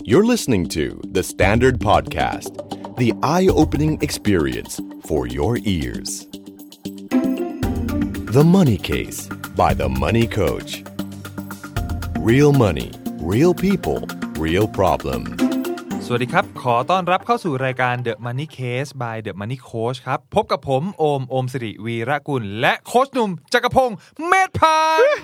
You're listening to The Standard Podcast, the eye-opening experience for your ears. The Money Case by The Money Coach. Real money, real people, real problem. สวัสดีครับขอต้อนรับเข้าสู่รายการ The Money Case by The Money Coach ครับพบกับผมโอมสิริวีระกุลและโค้ชหนุ่มจักรพงษ์เมธพันธ์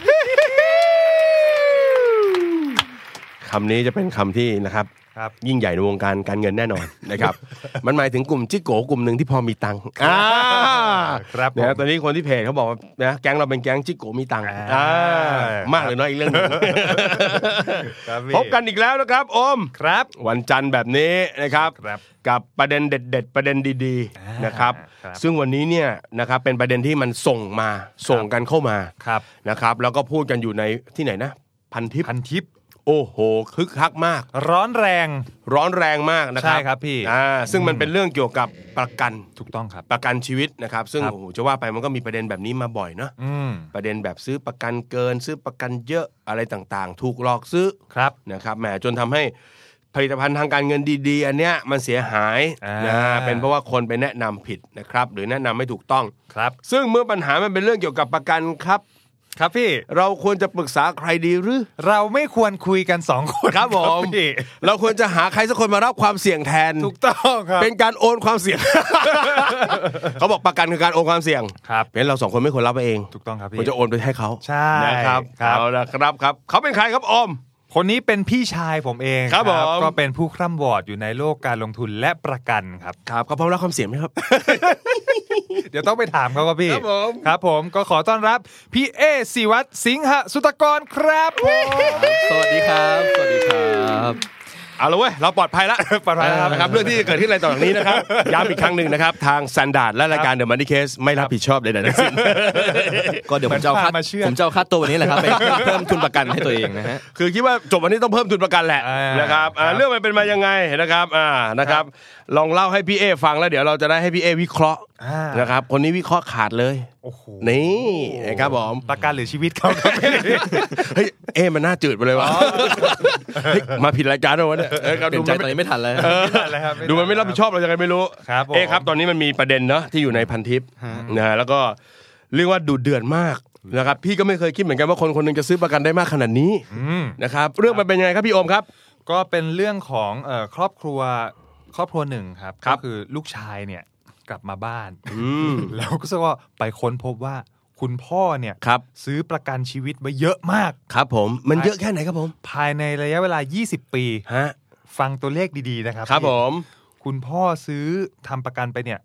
คำนี้จะเป็นคำที่นะครับยิ่งใหญ่ในวงการการเงินแน่นอนนะครับมันหมายถึงกลุ่มจิ๊กโกกลุ่มหนึ่งที่พอมีตังค์ครับนะตอนนี้คนที่เพจเขาบอกว่านะแก๊งเราเป็นแก๊งจิ๊กโกมีตังค์มากเลยเนาะอีกเรื่องนึงพบกันอีกแล้วนะครับโอมครับวันจันทร์แบบนี้นะครับกับประเด็นเด็ดๆประเด็นดีๆนะครับซึ่งวันนี้เนี่ยนะครับเป็นประเด็นที่มันส่งกันเข้ามานะครับแล้วก็พูดกันอยู่ในที่ไหนนะพันทิปโอ้โหคึกคักมากร้อนแรงมากนะครับใช่ครับพี่ซึ่งมันเป็นเรื่องเกี่ยวกับประกันถูกต้องครับประกันชีวิตนะครับซึ่งโอ้โหจะว่าไปมันก็มีประเด็นแบบนี้มาบ่อยเนาะประเด็นแบบซื้อประกันเกินซื้อประกันเยอะอะไรต่างๆถูกหลอกซื้อนะครับแหมจนทำให้ผลิตภัณฑ์ทางการเงินดีๆอันเนี้ยมันเสียหายนะเป็นเพราะว่าคนไปแนะนำผิดนะครับหรือแนะนำไม่ถูกต้องซึ่งเมื่อปัญหามันเป็นเรื่องเกี่ยวกับประกันครับพี่เราควรจะปรึกษาใครดีหรือเราไม่ควรคุยกัน2คนครับผมเราควรจะหาใครสักคนมารับความเสี่ยงแทนถูกต้องครับเป็นการโอนความเสี่ยง เขาบอกประกันคือการโอนความเสี่ยงเพราะฉะนั้นเรา2คนไม่ควรรับเองถูกต้องครับพี่ควรจะโอนไปให้เขาใช่นะครับเอาละครับเขาเป็นใครครับอมคนนี้เป็นพี่ชายผมเองครับก็เป็นผู้คร่ำวอร์ดอยู่ในโลกการลงทุนและประกันครับเขาพร้อมรับความเสี่ยงไหมครับเดี๋ยวต้องไปถามเขาพี่ครับผมก็ขอต้อนรับพี่เอศิวัตรสิงหสุตกรครับผมสวัสดีครับเอาละเว้ยเราปลอดภัยแล้วนะครับเรื่องที่เกิดขึ้นอะไรต่อจากนี้นะครับย้ำอีกครั้งหนึ่งนะครับทาง Standard และรายการ The Money Case ไม่รับผิดชอบใดๆทั้งสิ้นก็เดี๋ยวผมจะเอาค่าตัววันนี้แหละครับไปเพิ่มทุนประกันให้ตัวเองนะฮะคือคิดว่าจบวันนี้ต้องเพิ่มทุนประกันแหละนะครับเรื่องมันเป็นมายังไงนะครับลองเล่าให้พี่เอฟังแล้วเดี๋ยวเราจะได้ให้พี่เอวิเคราะห์นะครับคนนี้วิเคราะห์ขาดเลยโอ้โหนี่นะครับผมประกันหรือชีวิตเขาเฮ้ยมันน่าจืดไปเลยวะมาผิดรายการแล้ววะเนี่ยดูใจตอนนี้ไม่ทันเลยดูมันไม่รับผิดชอบเรายังไงไม่รู้ครับตอนนี้มันมีประเด็นเนาะที่อยู่ในพันทิปนะแล้วก็เรียกว่าดุเดือดมากนะครับพี่ก็ไม่เคยคิดเหมือนกันว่าคนคนนึงจะซื้อประกันได้มากขนาดนี้นะครับเรื่องมันเป็นยังไงครับพี่โอมครับก็เป็นเรื่องของครอบครัวหนึ่งครับก็คือลูกชายเนี่ยกลับมาบ้านแล้วก็ไปค้นพบว่าคุณพ่อเนี่ยซื้อประกันชีวิตไว้เยอะมากครับผมมันเยอะแค่ไหนครับผมภายในระยะเวลา20ปีฟังตัวเลขดีๆนะครับครับผมคุณพ่อซื้อทำประกันไปเนี่ย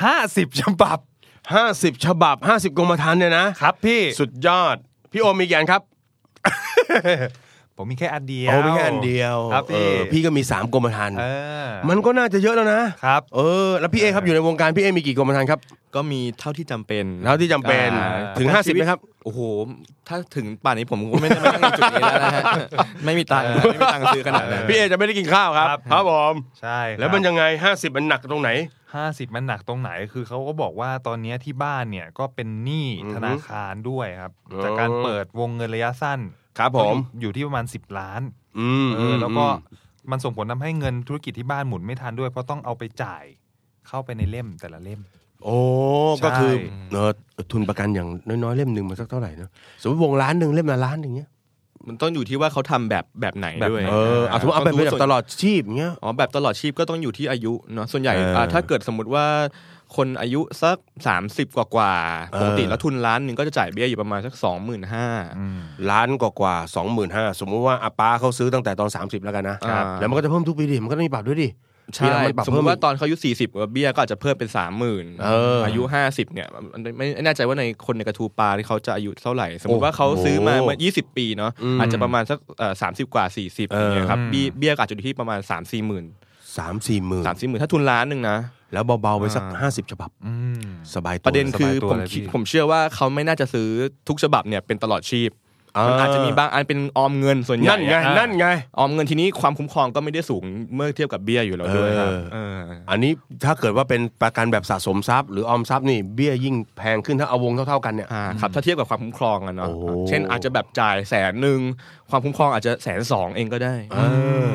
50ฉบับ 50กรมธรรม์เนี่ยนะครับพี่สุดยอดพี่โอมมีกี่อันครับผมมีแค่อันเดียวมีแค่อันเดียวครับพี่ก็มี3กรมธรรม์มันก็น่าจะเยอะแล้วนะครับแล้วพี่เอครับอยู่ในวงการพี่เอมีกี่กรมธรรม์ครับก็มีเท่าที่จำเป็นถึง50มั้ยครับโอ้โหถ้าถึงป่านนี้ผมก็ไม่นั่งในจุดนี้แล้วนะฮะไม่มีตังค์ซื้อขนาดนั้นพี่เอจะไม่ได้กินข้าวครับผมใช่แล้วมันยังไง50มันหนักตรงไหน 50มันหนักตรงไหนคือเขาก็บอกว่าตอนนี้ที่บ้านเนี่ยก็เป็นหนี้ธนาคารด้วยครับจากการเปิดวงเงินระยะสั้นครับผมอยู่ที่ประมาณ10ล้านแล้วก็มันส่งผลทำให้เงินธุรกิจที่บ้านหมุนไม่ทันด้วยเพราะต้องเอาไปจ่ายเข้าไปในเล่มแต่ละเล่มโอ้ก็คือทุนประกันอย่างน้อยๆเล่มนึงมันสักเท่าไหร่นะสมมติวงล้านนึงเล่มละล้านอย่างเงี้ยมันต้องอยู่ที่ว่าเขาทำแบบไหนด้วยสมมติเอาแบบตลอดชีพเงี้ยแบบตลอดชีพก็ต้องอยู่ที่อายุเนาะส่วนใหญ่ถ้าเกิดสมมติว่าคนอายุสัก30กว่าปกติแล้วทุนล้านนึงก็จะจ่ายเบี้ยอยู่ประมาณสัก 25,000 ล้านกว่า 25,000 สมมุติว่าอาป้าเขาซื้อตั้งแต่ตอน30แล้วกันนะแล้วมันก็จะเพิ่มทุกปีดิมันก็ต้องมีปรับด้วยดิใช่สมมติว่าตอนเขาอายุ40เบี้ยก็อาจจะเพิ่มเป็น 30,000 อายุ50เนี่ยไม่แน่ใจว่าในคนในกระทูปาที่เขาจะอายุเท่าไหร่สมมติว่าเขาซื้อมาเมื่อ20ปีเนาะอาจจะประมาณสัก30กว่า40อย่างเงี้ยครับเบี้ยอาจจะอยู่ที่ประมาณ 3-4 หมื่นถ้าทุนล้านนึงนะแล้วเบาๆไปสัก50ฉบับสบายตัวประเด็นคือผมเชื่อว่าเขาไม่น่าจะซื้อทุกฉบับเนี่ยเป็นตลอดชีพมันอาจจะมีบางอันเป็นออมเงินส่วนใหญ่นั่นไงออมเงินทีนี้ความคุ้มครองก็ไม่ได้สูงเมื่อเทียบกับเบี้ยอยู่แล้วด้วยครับอันนี้ถ้าเกิดว่าเป็นประกันแบบสะสมทรัพย์หรือออมทรัพย์นี่เบี้ยยิ่งแพงขึ้นถ้าเอาวงเท่าๆกันเนี่ยครับถ้าเทียบกับความคุ้มครองอะเนาะเช่นอาจจะแบบจ่าย100,000ความคุ้มครองอาจจะ120,000เองก็ได้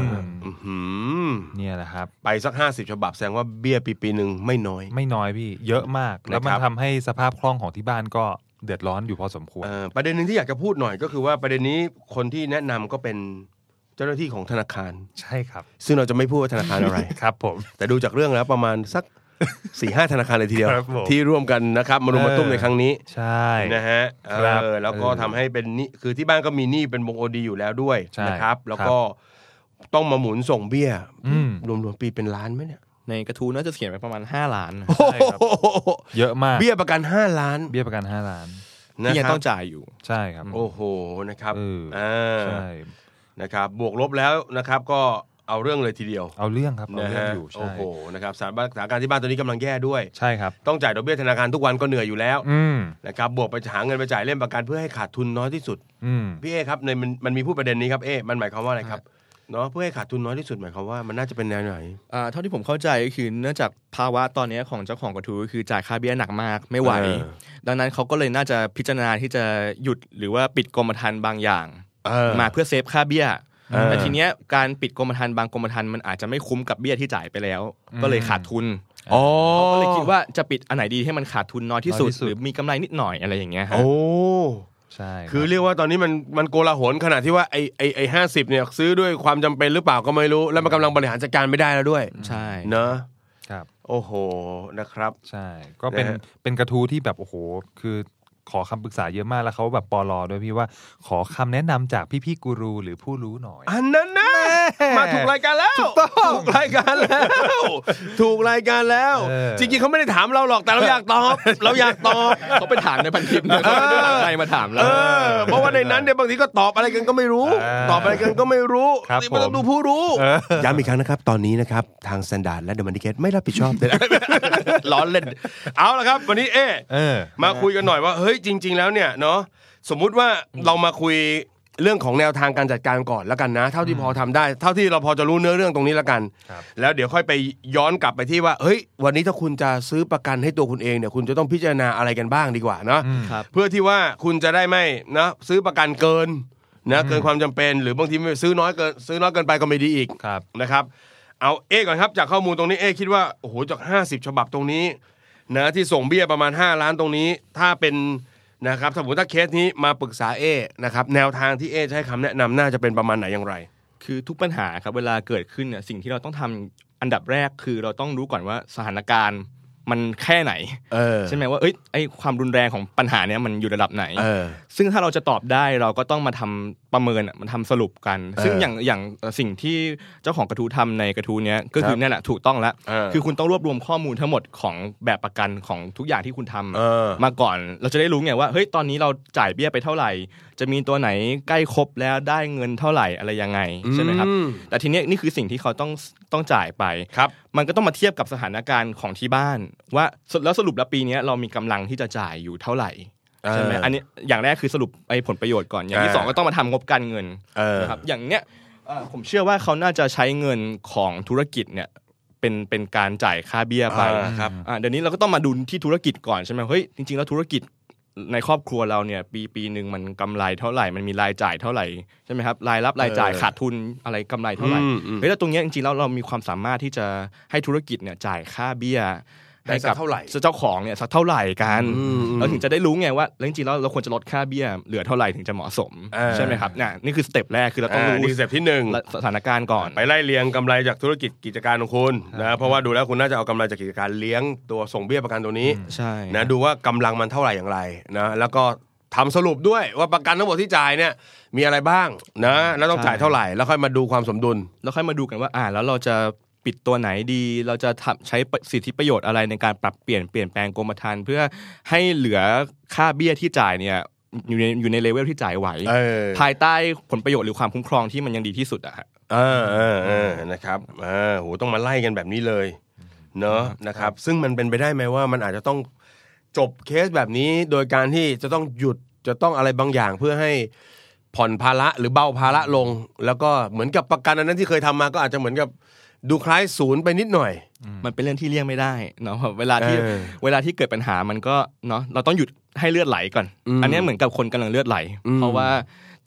เนี่ยแหละครับไปสัก50ฉบับแสดงว่าเบี้ยปีนึงไม่น้อยพี่เยอะมากแล้วมันทำให้สภาพคล่องของที่บ้านก็เดือดร้อนอยู่พอสมควรประเด็นนึงที่อยากจะพูดหน่อยก็คือว่าประเด็นนี้คนที่แนะนำก็เป็นเจ้าหน้าที่ของธนาคารใช่ครับซึ่งเราจะไม่พูดว่าธนาคารอะไรครับผมแต่ดูจากเรื่องแล้วประมาณสัก 4-5 ธนาคารเลยทีเดียวที่ร่วมกันนะครับมารุมมาตุ้มในครั้งนี้ใช่นะฮะแล้วก็ทำให้เป็นนี่คือที่บ้านก็มีหนี้เป็นวงโอดีอยู่แล้วด้วยนะครับแล้วก็ต้องมาหมุนส่งเบี้ยรวมๆปีเป็นล้านไหมเนี่ยในกระทู้น่าจะเขียนไปประมาณ5 ล้านใช่ครับเยอะมากเบี้ยประกัน5 ล้านเบี้ยประกัน5 ล้านที่ยังต้องจ่ายอยู่ใช่ครับโอ้โหนะครับใช่นะครับบวกลบแล้วนะครับก็เอาเรื่องเลยทีเดียวเอาเรื่องครับเอาเรื่องอยู่โอ้โหนะครับสถานการณ์ที่บ้านตอนนี้กำลังแย่ด้วยใช่ครับต้องจ่ายดอกเบี้ยธนาคารทุกวันก็เหนื่อยอยู่แล้วนะครับบวกไปหาเงินไปจ่ายเล่มประกันเพื่อให้ขาดทุนน้อยที่สุดพี่เอครับในมันมีพูดประเด็นนี้ครับมันหมายความว่าอะไรครับเนาะเพื่อให้ขาดทุนน้อยที่สุดหมายความว่ามันน่าจะเป็นแนวไหนเท่าที่ผมเข้าใจก็คือเนื่องจากภาวะตอนนี้ของเจ้าของกระทู้คือจ่ายค่าเบี้ยหนักมากไม่ไหวดังนั้นเขาก็เลยน่าจะพิจารณาที่จะหยุดหรือว่าปิดกรมธรรม์บางอย่างมาเพื่อเซฟค่าเบี้ยแต่ทีเนี้ยการปิดกรมธรรม์บางกรมธรรม์มันอาจจะไม่คุ้มกับเบี้ยที่จ่ายไปแล้วก็เลยขาดทุนเขาก็เลยคิดว่าจะปิดอันไหนดีให้มันขาดทุนน้อยที่สุดหรือมีกำไรนิดหน่อยอะไรอย่างเงี้ยฮะใช่คือเรียกว่าตอนนี้มันโกลาหลขนาดที่ว่าไอ้50เนี่ยซื้อด้วยความจำเป็นหรือเปล่าก็ไม่รู้แล้วมันกำลังบริหารจัดการไม่ได้แล้วด้วยใช่เนอะครับโอ้โหนะครับใช่ก็เป็นกระทู้ที่แบบโอ้โหคือขอคำปรึกษาเยอะมากแล้วเขาแบบปลอด้วยพี่ว่าขอคำแนะนำจากพี่กูรูหรือผู้รู้หน่อยอันนั้นนะมาถูกรายการแล้วถูกรายการแล้วถูกรายการแล้วจริงๆเขาไม่ได้ถามเราหรอกแต่เราอยากตอบเขาไปถามในพันทิปเนี่ยเขาไม่ได้ใครมาถามเราเพราะว่าในนั้นเนี่ยบางทีก็ตอบอะไรกันก็ไม่รู้ตอบอะไรกันก็ไม่รู้ไม่ต้องดูผู้รู้ย้ำอีกครั้งนะครับตอนนี้นะครับทางสแตนดาร์ดและเดอะมันดิเคทไม่รับผิดชอบล้อเล่นเอาละครับวันนี้มาคุยกันหน่อยว่าเฮ้ยจริงๆแล้วเนี่ยเนาะสมมุติว่าเรามาคุยเรื่องของแนวทางการจัดการก่อนแล้วกันนะเท่าที่พอทำได้เท่าที่เราพอจะรู้เนื้อเรื่องตรงนี้แล้วกันแล้วเดี๋ยวค่อยไปย้อนกลับไปที่ว่าเฮ้ยวันนี้ถ้าคุณจะซื้อประกันให้ตัวคุณเองเนี่ยคุณจะต้องพิจารณาอะไรกันบ้างดีกว่าเนาะเพื่อที่ว่าคุณจะได้ไม่นะซื้อประกันเกินนะเกินความจำเป็นหรือบางทีซื้อน้อยเกินไปก็ไม่ดีอีกนะครับเอาก่อนครับจากข้อมูลตรงนี้คิดว่าโอ้โหจาก50ฉบับตรงนี้นะที่ส่งเบี้ยประมาณ5 ล้านตรงนี้ถ้าเป็นนะครับสมมติถ้าเคสนี้มาปรึกษานะครับแนวทางที่จะให้คำแนะนำน่าจะเป็นประมาณไหนอย่างไรคือทุกปัญหาครับเวลาเกิดขึ้นเนี่ยสิ่งที่เราต้องทำอันดับแรกคือเราต้องรู้ก่อนว่าสถานการณ์มันแค่ไหนใช่ไหมว่าไอ้ความรุนแรงของปัญหาเนี้ยมันอยู่ระดับไหนซึ่งถ้าเราจะตอบได้เราก็ต้องมาทำประเมินมันทำสรุปกันซึ่งอย่างสิ่งที่เจ้าของกระทู้ทำในกระทู้เนี้ยก็คือนั่นแหละถูกต้องแล้วคือคุณต้องรวบรวมข้อมูลทั้งหมดของแบบประกันของทุกอย่างที่คุณทำมาก่อนเราจะได้รู้ไงว่าเฮ้ยตอนนี้เราจ่ายเบี้ยไปเท่าไหร่จะมีตัวไหนใกล้ครบแล้วได้เงินเท่าไหร่อะไรยังไงใช่ไหมครับแต่ทีนี้นี่คือสิ่งที่เขาต้องจ่ายไปมันก็ต้องมาเทียบกับสถานการณ์ของที่บ้านว่าแล้วสรุปแล้วปีนี้เรามีกำลังที่จะจ่ายอยู่เท่าไหร่ใช่ไหมอันนี้อย่างแรกคือสรุปไอ้ผลประโยชน์ก่อนอย่างที่2ก็ต้องมาทำงบการเงินนะครับอย่างเนี้ยผมเชื่อว่าเขาน่าจะใช้เงินของธุรกิจเนี่ยเป็นการจ่ายค่าเบี้ยไปเดี๋ยวนี้เราก็ต้องมาดูที่ธุรกิจก่อนใช่ไหมเฮ้ยจริงๆแล้วธุรกิจในครอบครัวเราเนี่ยปีนึงมันกำไรเท่าไหร่มันมีรายจ่ายเท่าไหร่ใช่ไหมครับรายรับรายจ่ายขาดทุนอะไรกำไรเท่าไหร่เฮ้ยแล้วตรงนี้จริงๆแล้วเรามีความสามารถที่จะให้ธุรกิจเนี่ยจ่ายค่าเบี้ยให้กับเจ้าของเนี่ยสักเท่าไหร่กันเราถึงจะได้รู้ไงว่าจริงๆแล้วเราควรจะลดค่าเบี้ยเหลือเท่าไหร่ถึงจะเหมาะสมใช่ไหมครับนี่คือสเต็ปแรกคือเราต้องรู้สเต็ปที่1 สถานการณ์ก่อนไปไล่เรียงกำไรจากธุรกิจกิจการของคุณนะเพราะว่าดูแล้วคุณน่าจะเอากำไรจากกิจการเลี้ยงตัวส่งเบี้ยประกันตัวนี้ใช่นะดูว่ากำลังมันเท่าไหร่อย่างไรนะแล้วก็ทำสรุปด้วยว่าประกันทั้งหมดที่จ่ายเนี่ยมีอะไรบ้างนะแล้วต้องจ่ายเท่าไหร่แล้วค่อยมาดูความสมดุลแล้วค่อยมาดูกันว่าแล้วเราจะปิดตัวไหนดีเราจะใช้สิทธิประโยชน์อะไรในการปรับเปลี่ยนแปลงกรมธรรม์เพื่อให้เหลือค่าเบี้ยที่จ่ายเนี่ยอยู่ในเลเวลที่จ่ายไหวภายใต้ผลประโยชน์หรือความคุ้มครองที่มันยังดีที่สุดอะฮะนะครับโหต้องมาไล่กันแบบนี้เลยเนาะนะครับซึ่งมันเป็นไปได้ไหมว่ามันอาจจะต้องจบเคสแบบนี้โดยการที่จะต้องหยุดจะต้องอะไรบางอย่างเพื่อให้ผ่อนภาระหรือเบาภาระลงแล้วก็เหมือนกับประกันอันนั้นที่เคยทำมาก็อาจจะเหมือนกับดูคล้ายศูนย์ไปนิดหน่อยมันเป็นเรื่องที่เลี่ยงไม่ได้เนาะเวลาที่เกิดปัญหามันก็เนาะเราต้องหยุดให้เลือดไหลก่อนอันนี้เหมือนกับคนกำลังเลือดไหลเพราะว่า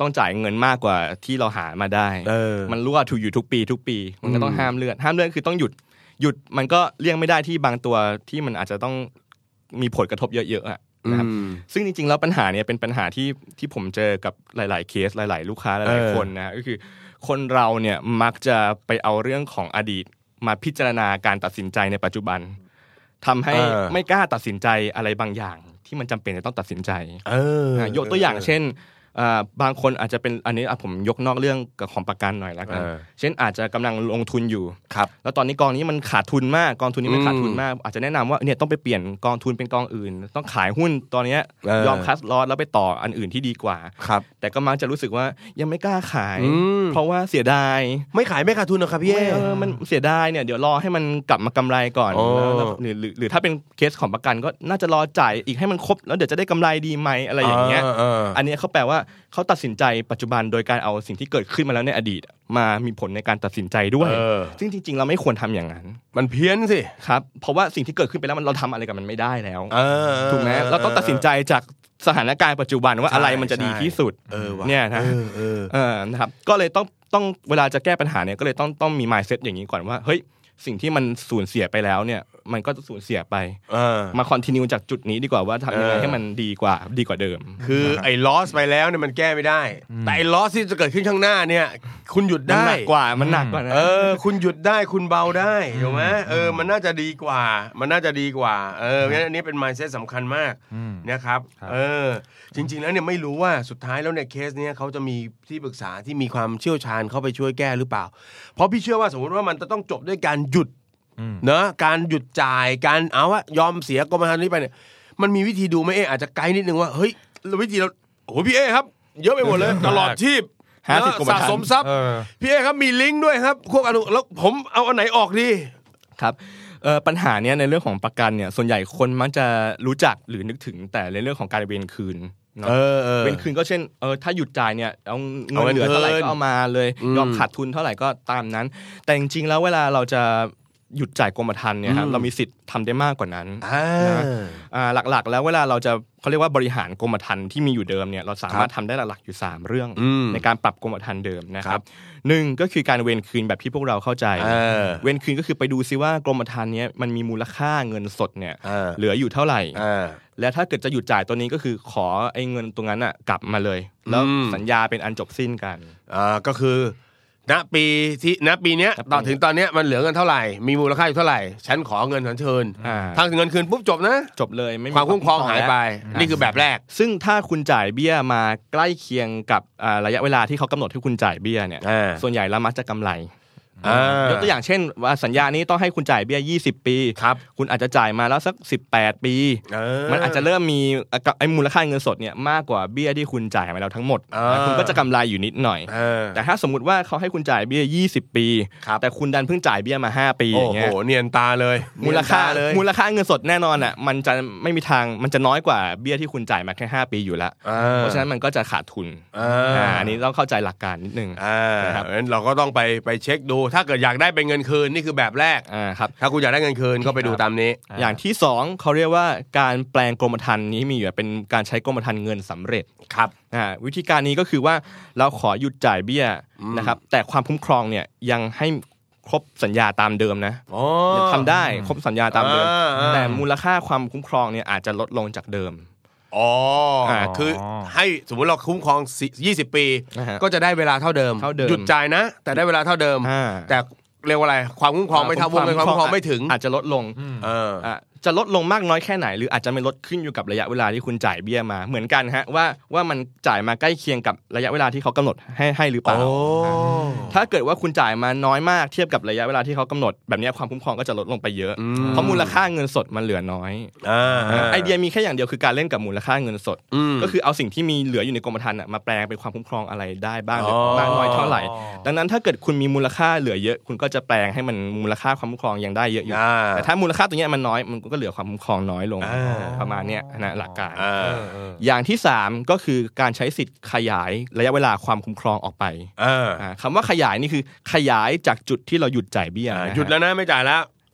ต้องจ่ายเงินมากกว่าที่เราหามาได้มันรั่วถูกอยู่ทุกปีมันก็ต้องห้ามเลื่อนคือต้องหยุดมันก็เลี่ยงไม่ได้ที่บางตัวที่มันอาจจะต้องมีผลกระทบเยอะๆนะครับซึ่งจริงๆแล้วปัญหาเนี่ยเป็นปัญหาที่ผมเจอกับหลายๆเคสหลายๆลูกค้าหลายๆคนนะก็คือคนเราเนี่ยมักจะไปเอาเรื่องของอดีตมาพิจารณาการตัดสินใจในปัจจุบันทำให้ไม่กล้าตัดสินใจอะไรบางอย่างที่มันจำเป็นจะต้องตัดสินใจยกตัวอย่างเช่นบางคนอาจจะเป็นอันนี้ผมยกนอกเรื่องของประกันหน่อยแล้วกันเช่นอาจจะกำลังลงทุนอยู่แล้วตอนนี้กองนี้มันขาดทุนมากกองทุนนี้มันขาดทุนมากอาจจะแนะนำว่าเนี่ยต้องไปเปลี่ยนกองทุนเป็นกองอื่นต้องขายหุ้นตอนนี้ยอมคัสลอสแล้วไปต่ออันอื่นที่ดีกว่าแต่ก็มักจะรู้สึกว่ายังไม่กล้าขายเพราะว่าเสียดายไม่ขายไม่ขาดทุนหรอกครับพี่มันเสียดายเนี่ยเดี๋ยวรอให้มันกลับมากำไรก่อนหรือถ้าเป็นเคสของประกันก็น่าจะรอจ่ายอีกให้มันครบแล้วเดี๋ยวจะได้กำไรดีไหมอะไรอย่างเงี้ยอันนี้เขาแปลว่าเขาตัดสินใจปัจจุบันโดยการเอาสิ่งที่เกิดขึ้นมาแล้วในอดีตมามีผลในการตัดสินใจด้วยซึ่งจริงๆเราไม่ควรทำอย่างนั้นมันเพี้ยนสิครับเพราะว่าสิ่งที่เกิดขึ้นไปแล้วเราทำอะไรกับมันไม่ได้แล้วถูกไหมเราต้องตัดสินใจจากสถานการณ์ปัจจุบันว่าอะไรมันจะดีที่สุดเนี่ยนะครับก็เลยต้องเวลาจะแก้ปัญหาเนี่ยก็เลยต้องมี mindset อย่างนี้ก่อนว่าเฮ้ยสิ่งที่มันสูญเสียไปแล้วเนี่ยมันก็จะสูญเสียไปมาคอนทินิวจากจุดนี้ดีกว่าว่าทำยังไงให้มันดีกว่าเดิมคือไอ้ loss ไปแล้วเนี่ยมันแก้ไม่ได้แต่ไอ้ loss ที่จะเกิดขึ้นข้างหน้าเนี่ยคุณหยุดได้มันหนักกว่านะคุณหยุดได้คุณเบาได้ถูกไหมมันน่าจะดีกว่างั้นอันนี้เป็น mindset สำคัญมากนะครับจริงๆแล้วเนี่ยไม่รู้ว่าสุดท้ายแล้วเนี่ยเคสเนี้ยเขาจะมีที่ปรึกษาที่มีความเชี่ยวชาญเข้าไปช่วยแก้หรือเปล่าเพราะพี่เชื่อว่าสมมติว่ามันจะต้องจบด้วยการหยุดเนอะการหยุดจ่ายการเอาว่ายอมเสียกรมธรรม์นี้ไปเนี่ยมันมีวิธีดูไหมอาจจะไกด์นิดนึงว่าเฮ้ยวิธีเราโอ้โหพี่ครับเยอะไปหมดเลยตลอดชีพสะสมทรัพย์พี่ครับมีลิงก์ด้วยครับพวกอนุแล้วผมเอาอันไหนออกดีครับปัญหาเนี้ยในเรื่องของประกันเนี่ยส่วนใหญ่คนมักจะรู้จักหรือนึกถึงแต่ในเรื่องของการเวรคืนเวรคืนก็เช่นถ้าหยุดจ่ายเนี่ยเอาเงินเหลือเท่าไหร่ก็เอามาเลยยอมขาดทุนเท่าไหร่ก็ตามนั้นแต่จริงๆแล้วเวลาเราจะหยุดจ่ายกรมธรรม์เนี่ยครับเรามีสิทธิ์ทำได้มากกว่านั้นหลักๆแล้วเวลาเราจะเขาเรียกว่าบริหารกรมธรรม์ที่มีอยู่เดิมเนี่ยเราสามารถทำได้หลักๆอยู่3เรื่องในการปรับกรมธรรม์เดิมนะครับ1ก็คือการเวรคืนแบบที่พวกเราเข้าใจเวรคืนก็คือไปดูซิว่ากรมธรรม์นี้มันมีมูลค่าเงินสดเนี่ยเหลืออยู่เท่าไหร่และถ้าเกิดจะหยุดจ่ายตัวนี้ก็คือขอไอ้เงินตรงนั้นอ่ะกลับมาเลยแล้วสัญญาเป็นอันจบสิ้นกันก็คือณปีเนี้ยต่อถึงตอนเนี้ยมันเหลือเงินเท่าไหร่มีมูลค่าอยู่เท่าไหร่ฉันขอเงินคืนทางเงินคืนปุ๊บจบนะจบเลยไม่มีความคุ้มครองหายไปนี่คือแบบแรกซึ่งถ้าคุณจ่ายเบี้ยมาใกล้เคียงกับระยะเวลาที่เขากำหนดให้คุณจ่ายเบี้ยเนี่ยส่วนใหญ่แล้วมักจะกำไรยกตัวอย่างเช่นว่าสัญญานี้ต้องให้คุณจ่ายเบี้ย20ปีคุณอาจจะจ่ายมาแล้วสัก18ปีมันอาจจะเริ่มมีไอ้มูลค่าเงินสดเนี่ยมากกว่าเบี้ยที่คุณจ่ายมาแล้วทั้งหมดคุณก็จะกำไรอยู่นิดหน่อยแต่ถ้าสมมุติว่าเขาให้คุณจ่ายเบี้ย20ปีแต่คุณดันเพิ่งจ่ายเบี้ยมา5ปีอย่างเงี้ยโอ้โหเนียนตาเลยมูลค่าเงินสดแน่นอนอ่ะมันจะไม่มีทางมันจะน้อยกว่าเบี้ยที่คุณจ่ายมาแค่5ปีอยู่แล้วเพราะฉะนั้นมันก็จะขาดทุนอันนี้ต้องเข้าใจหลักการนิดนึงนะครับงั้นเราก็ต้องไปเช็คดูถ้าเกิดอยากได้เป็นเงินคืนนี่คือแบบแรกครับถ้าคุณอยากได้เงินคืนก็ไปดูตามนี้อย่างที่2เขาเรียกว่าการแปลงกรมธรรม์นี้มีอยู่เป็นการใช้กรมธรรม์เงินสำเร็จครับวิธีการนี้ก็คือว่าเราขอหยุดจ่ายเบี้ยนะครับแต่ความคุ้มครองเนี่ยยังให้ครบสัญญาตามเดิมนะทำได้ครบสัญญาตามเดิมแต่มูลค่าความคุ้มครองเนี่ยอาจจะลดลงจากเดิมคือให้สมมุติเราคุ้มครอง20ปีก็จะได้เวลาเท่าเดิมหยุดจ่ายนะแต่ได้เวลาเท่าเดิมแต่เรียกว่าอะไรความคุ้มครองไม่เท่าวงเงินความคุ้มครองไม่ถึงอาจจะลดลงจะลดลงมากน้อยแค่ไหนหรืออาจจะไม่ลดขึ้นอยู่กับระยะเวลาที่คุณจ่ายเบี้ยมาเหมือนกันฮะว่ามันจ่ายมาใกล้เคียงกับระยะเวลาที่เขากำหนดให้หรือเปล่าถ้าเกิดว่าคุณจ่ายมาน้อยมากเทียบกับระยะเวลาที่เขากำหนดแบบนี้ความคุ้มครองก็จะลดลงไปเยอะเพราะมูลค่าเงินสดมันเหลือน้อยไอเดียมีแค่อย่างเดียวคือการเล่นกับมูลค่าเงินสดก็คือเอาสิ่งที่มีเหลืออยู่ในกรมธรรม์มาแปลงเป็นความคุ้มครองอะไรได้บ้างหรือมากน้อยเท่าไหร่ดังนั้นถ้าเกิดคุณมีมูลค่าเหลือเยอะคุณก็จะแปลงให้มันมูลค่าความคุ้มครองยังได้เยอะอยู่แต่ถ้ามูลค่าตัวนี้มันน้อยมันก็เหลือความคุ้มครองน้อยลงประมาณนี้นะหลักการอย่างที่3ก็คือการใช้สิทธิ์ขยายระยะเวลาความคุ้มครองออกไปคำว่าขยายนี่คือขยายจากจุดที่เราหยุดจ่ายเบี้ยหยุดแล้วนะไม่จ่ายแล้ว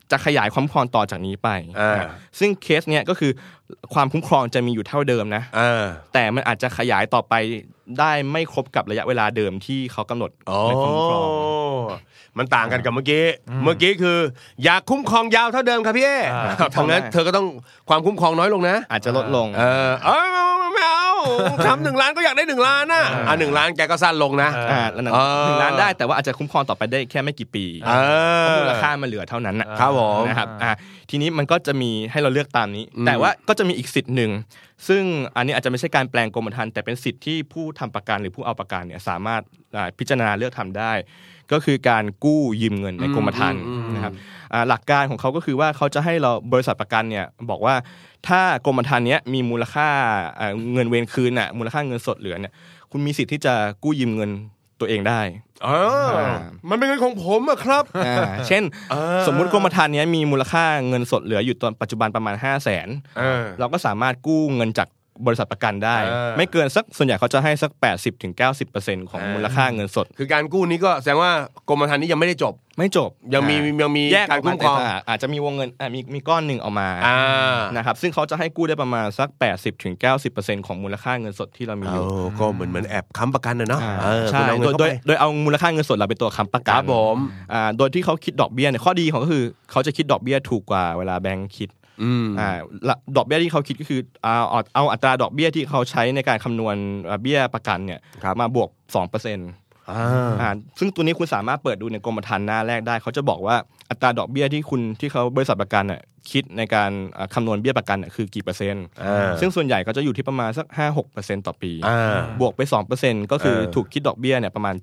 จะขยายความคุ้มครองต่อจากนี้ไปซึ่งเคสเนี้ยก็คือความคุ้มครองจะมีอยู่เท่าเดิมนะแต่มันอาจจะขยายต่อไปได้ไม่ครบกับระยะเวลาเดิมที่เขากำหนดในความคุ้มครองมันต่างกันกับเมื่อกี้คืออยากคุ้มครองยาวเท่าเดิมครับพี่เอ๋เพราะงั้นเธอก็ต้องความคุ้มครองน้อยลงนะอาจจะลดลงไม่เอาทำ1 ล้านก็อยากได้1 ล้านนะ1 ล้านแกก็สั้นลงนะ 1 ล้านได้แต่ว่าอาจจะคุ้มครองต่อไปได้แค่ไม่กี่ปีเพราะมูลค่ามันเหลือเท่านั้นครับผมนะครับทีนี้มันก็จะมีให้เราเลือกตามนี้แต่ว่าก็จะมีอีกสิทธิ์หนึ่งซึ่งอันนี้อาจจะไม่ใช่การแปลงกรมธรรม์แต่เป็นสิทธิ์ที่ผู้ทำประกันหรือผู้เอาประกันเนี่ยสามารถพิจารณาเลือกทำได้ก็คือการกู้ยืมเงินในกรมธรรม์นะครับหลักการของเขาก็คือว่าเขาจะให้เราบริษัทประกันเนี่ยบอกว่าถ้ากรมธรรม์เนี้ยมีมูลค่าเงินเวรคืนน่ะมูลค่าเงินสดเหลือเนี่ยคุณมีสิทธิ์ที่จะกู้ยืมเงินตัวเองได้มันเป็นเงินของผมอะครับเช่นสมมุติกรมธรรม์เนี้ยมีมูลค่าเงินสดเหลืออยู่ตอนปัจจุบันประมาณ 500,000 เราก็สามารถกู้เงินจากบริษัทประกันได้ไม่เกินสักส่วนใหญ่เขาจะให้สัก 80-90% ของมูลค่าเงินสดคือการกู้นี้ก็แสดงว่ากรมธรรม์นี้ยังไม่ได้จบยังมีการคุ้มครองอาจจะมีวงเงินมีก้อนหนึ่งออกมานะครับซึ่งเขาจะให้กู้ได้ประมาณสัก 80-90% ของมูลค่าเงินสดที่เรามีอยู่ก็เหมือนแอบค้ำประกันนะเนาะใช่โดยเอามูลค่าเงินสดเราเป็นตัวค้ำประกันครับผมโดยที่เขาคิดดอกเบี้ยเนี่ยข้อดีของก็คือเขาจะคิดดอกเบี้ยถูกกว่าเวลาแบงก์คิดดอกเบี้ยที่เขาคิดก็คือเอาอัตราดอกเบี้ยที่เขาใช้ในการคำนวณเบี้ยประกันเนี่ยมาบวก 2%ซึ่งตัวนี้คุณสามารถเปิดดูในกรมธรรม์หน้าแรกได้เขาจะบอกว่าอัตราดอกเบี้ยที่เขาบริษัทประกันน่ะคิดในการคำนวณเบี้ยประกันคือกี่เปอร์เซ็นต์ซึ่งส่วนใหญ่ก็จะอยู่ที่ประมาณสัก 5-6% ต่อปีบวกไป 2% ก็คือถูกคิดดอกเบี้ยเนี่ยประมาณ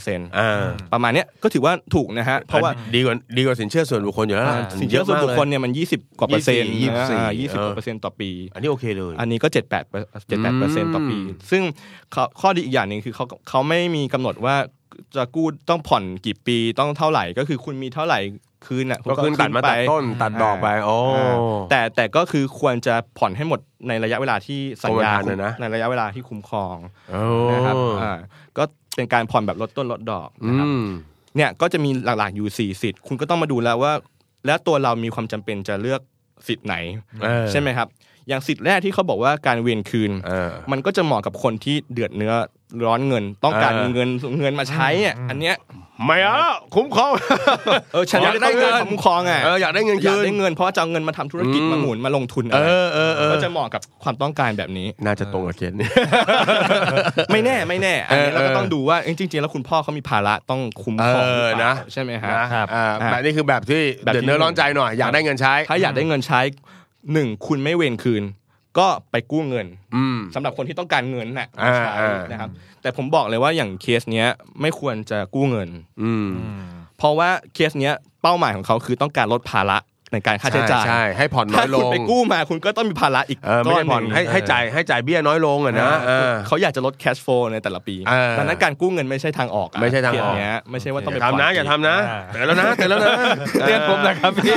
7-8% ประมาณเนี้ยก็ถือว่าถูกนะฮะเพราะว่าดีกว่าสินเชื่อส่วนบุคคลอยู่แล้วสินเชื่อส่วนบุคคลเนี่ยมัน20กว่าเปอร์เซ็นต์20กว่าเปอร์เซ็นต์ต่อปีอันนี้โอเคเลยอันนี้ก็ 7-8% ต่อปีซึ่งข้อดีอีกอย่างนึงคือเขาไม่มีกำหนดว่าจะกู้ต้องผ่อนกี่ปีต้องเท่าไหร่ก็คือคุณมีเท่าไหร่คืนก็คืนตัดมาตัดต้นตัดดอกไปแต่ก็คือควรจะผ่อนให้หมดในระยะเวลาที่สัญญาในระยะเวลาที่คุ้มครองนะครับก็เป็นการผ่อนแบบลดต้นลดดอกนะครับเนี่ยก็จะมีหลักๆอยู่4สิทธิ์คุณก็ต้องมาดูแล้วว่าแล้วตัวเรามีความจำเป็นจะเลือกสิทธิ์ไหนใช่ไหมครับอย่างสิทธิ์แรกที่เขาบอกว่าการเวรคืนมันก็จะเหมาะกับคนที่เดือดเนื้อร้อนเงินต้องการเงินมาใช้อันเนี้ยไม่คุ้มครองฉันอยากได้เงินคุ้มครองอยากได้เงินคืนอยากได้เงินเพราะจะเอาเงินมาทำธุรกิจมาหมุนมาลงทุนก็จะเหมาะกับความต้องการแบบนี้น่าจะตรงกับเคสนี้ไม่แน่อันนี้เราก็ต้องดูว่าจริงๆแล้วคุณพ่อเขามีภาระต้องคุ้มครองนะใช่ไหมฮะแบบนี้คือแบบที่เดือดเนื้อร้อนใจหน่อยอยากได้เงินใช้ถ้าอยากได้เงินใช้1คุณไม่เวรคืนก็ไปกู้เงินสำหรับคนที่ต้องการเงินน่ะใช่นะครับแต่ผมบอกเลยว่าอย่างเคสเนี้ยไม่ควรจะกู้เงินเพราะว่าเคสเนี้ยเป้าหมายของเขาคือต้องการลดภาระในการค่าใช้จ่ายใช่ให้ผ่อนน้อยลงถ้าคุณไปกู้มาคุณก็ต้องมีภาระอีกก้อนนึงให้จ่ายเบี้ยน้อยลงนะเขาอยากจะลดแคชโฟลในแต่ละปีดังนั้นการกู้เงินไม่ใช่ทางออกไม่ใช่ทางออกเนี้ยไม่ใช่ว่าต้องไปทำนะอย่าทำนะเตือนแล้วนะเตือนผมนะครับพี่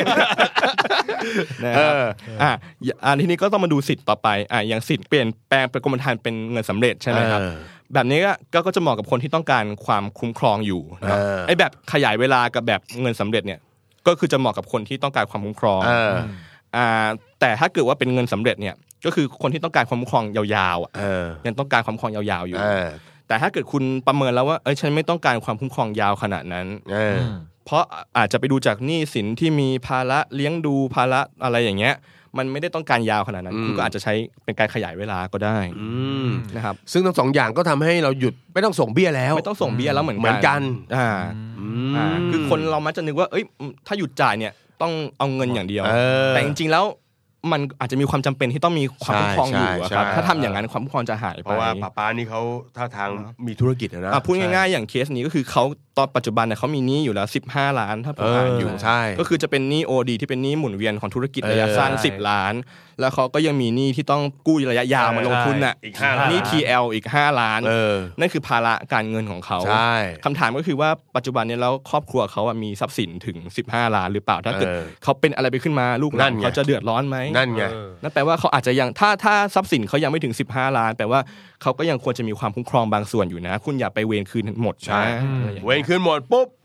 อันทีนี้ก็ต้องมาดูสิทธิ์ต่อไปอย่างสิทธิ์เปลี่ยนแปลงเป็นกรมธรรม์เป็นเงินสำเร็จใช่ไหมครับแบบนี้ก็จะเหมาะกับคนที่ต้องการความคุ้มครองอยู่ไอ้แบบขยายเวลากับแบบเงินสำเร็จเนี่ยก็คือจะเหมาะกับคนที่ต้องการความคุ้มครองแต่ถ้าเกิดว่าเป็นเงินสำเร็จเนี่ยก็คือคนที่ต้องการความคุ้มครองยาวๆยังต้องการความคุ้มครองยาวๆอยู่แต่ถ้าเกิดคุณประเมินแล้วว่าฉันไม่ต้องการความคุ้มครองยาวขนาดนั้นเพราะอาจจะไปดูจากหนี้สินที่มีภาระเลี้ยงดูภาระอะไรอย่างเงี้ยมันไม่ได้ต้องการยาวขนาดนั้นคุณก็อาจจะใช้เป็นการขยายเวลาก็ได้นะครับซึ่งทั้งสองอย่างก็ทำให้เราหยุดไม่ต้องส่งเบี้ยแล้วไม่ต้องส่งเบี้ยแล้วเหมือนกันคือคนเรามักจะนึกว่าถ้าหยุดจ่ายเนี่ยต้องเอาเงินอย่างเดียวแต่จริงๆแล้วมันอาจจะมีความจำเป็นที่ต้องมีความคุ้มครองอยู่ครับถ้าทำอย่างนั้นความคุ้มครองจะหายไปเพราะว่าป้านี่เขาท่าทางมีธุรกิจนะพูดง่ายๆอย่างเคสนี้ก็คือเขาตอนปัจจุบันเนี่ยเขามีหนี้อยู่แล้ว15 ล้านถ้าผมอ่านอยู่ก็คือจะเป็นหนี้ OD ที่เป็นหนี้หมุนเวียนของธุรกิจระยะสั้น10 ล้านแล้วเขาก็ยังมีหนี้ที่ต้องกู้ระยะยาวมาลงทุนน่ะอีก5 ล้านหนี้ TL อีก5 ล้านนั่นคือภาระการเงินของเขาคำถามก็คือว่าปัจจุบันนี้แล้วครอบครัวเขามีทรัพย์สินถึง15 ล้านหรือเปล่าถ้าเกิดเขาเป็นอะไรไปขึ้นมาลูกหลานเขาจะเดือดร้อนไหมนั่นไงนั่นแปลว่าเขาอาจจะยังถ้าทรัพย์สินเขายังไม่ถึง15 ล้านแปลว่าเขาก็ยังควรจะมีความคุ้มครองบางส่วนอยู่นะคุณอย่าไปเวรคืนหมดใช่เวรคืนหมดปุ๊บ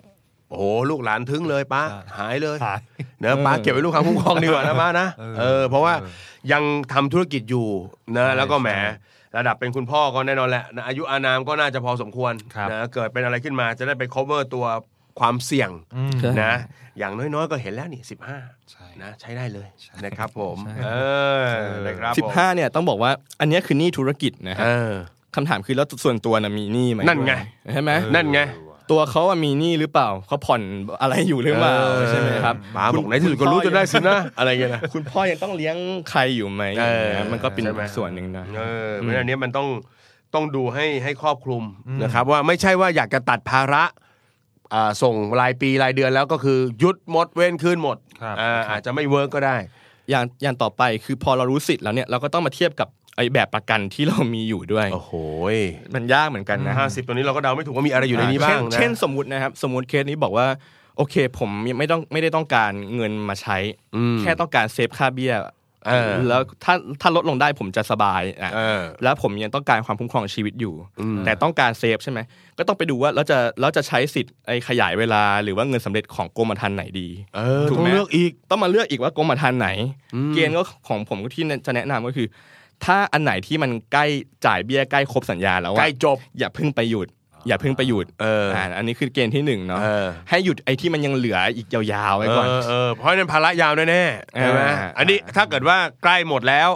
โอ้โหลูกหลานทึ่งเลยป้าหายเลยเนอะป้าเก็บไว้ลูกค้าคุ้มครองดีกว่านะป้านะเพราะว่ายังทำธุรกิจอยู่นะแล้วก็แหมระดับเป็นคุณพ่อก็แน่นอนแหละนะอายุอานามก็น่าจะพอสมควรนะเกิดเป็นอะไรขึ้นมาจะได้ไป cover ตัวความเสี่ยงนะอย่างน้อยๆก็เห็นแล้วนี่15นะใช้ได้เลยนะครับผมนะครับ 15เนี่ยต้องบอกว่าอันนี้คือหนี้ธุรกิจนะครับคำถามคือแล้วส่วนตัวน่ะมีหนี้ไหมนั่นไงใช่ไหมนั่นไงตัวเขามีหนี้หรือเปล่าเขาผ่อนอะไรอยู่หรือเปล่าใช่ไหมครับป้าบอกไหนที่สุดก็รู้จะได้สินะอะไรเงี้ยนะคุณพ่อยังต้องเลี้ยงใครอยู่ไหมมันก็เป็นส่วนหนึ่งนะเพราะฉะนั้นมันต้องดูให้ครอบคลุมนะครับว่าไม่ใช่ว่าอยากจะตัดภาระส่งรายปีรายเดือนแล้วก็คือหยุดหมดเว้นคืนหมดอาจจะไม่เวิร์กก็ได้อย่างต่อไปคือพอเรารู้สิทธิ์แล้วเนี่ยเราก็ต้องมาเทียบกับไอ้แบบประกันที่เรามีอยู่ด้วยโอ้โหมันยากเหมือนกันนะ 50ตัวนี้เราก็เดาไม่ถูกว่ามีอะไรอยู่ในนี้บ้างนะเช่นสมมุตินะครับสมมุติเคสนี้บอกว่าโอเคผมไม่ได้ต้องการเงินมาใช้แค่ต้องการเซฟค่าเบี้ยแล้วถ้าลดลงได้ผมจะสบายแล้วผมยังต้องการความคุ้มครองชีวิตอยู่แต่ต้องการเซฟใช่ไหมก็ต้องไปดูว่าเราจะใช้สิทธิ์ไอ้ขยายเวลาหรือว่าเงินสำเร็จของกรมธรรม์ไหนดีถูกไหมต้องมาเลือกอีกว่ากรมธรรม์ไหนเกณฑ์ก็ของผมที่จะแนะนำก็คือถ้าอันไหนที่มันใกล้จ่ายเบี้ยใกล้ครบสัญญาแล้วใกล้จบอย่าเพิ่งไปหยุดอันนี้คือเกณฑ์ที่1เนาะให้หยุดไอ้ที่มันยังเหลืออีกยาวๆไว้ก่อนเพราะนั้นภาระยาวแน่ๆใช่ไหมอันนี้ถ้าเกิดว่าใกล้หมดแล้ว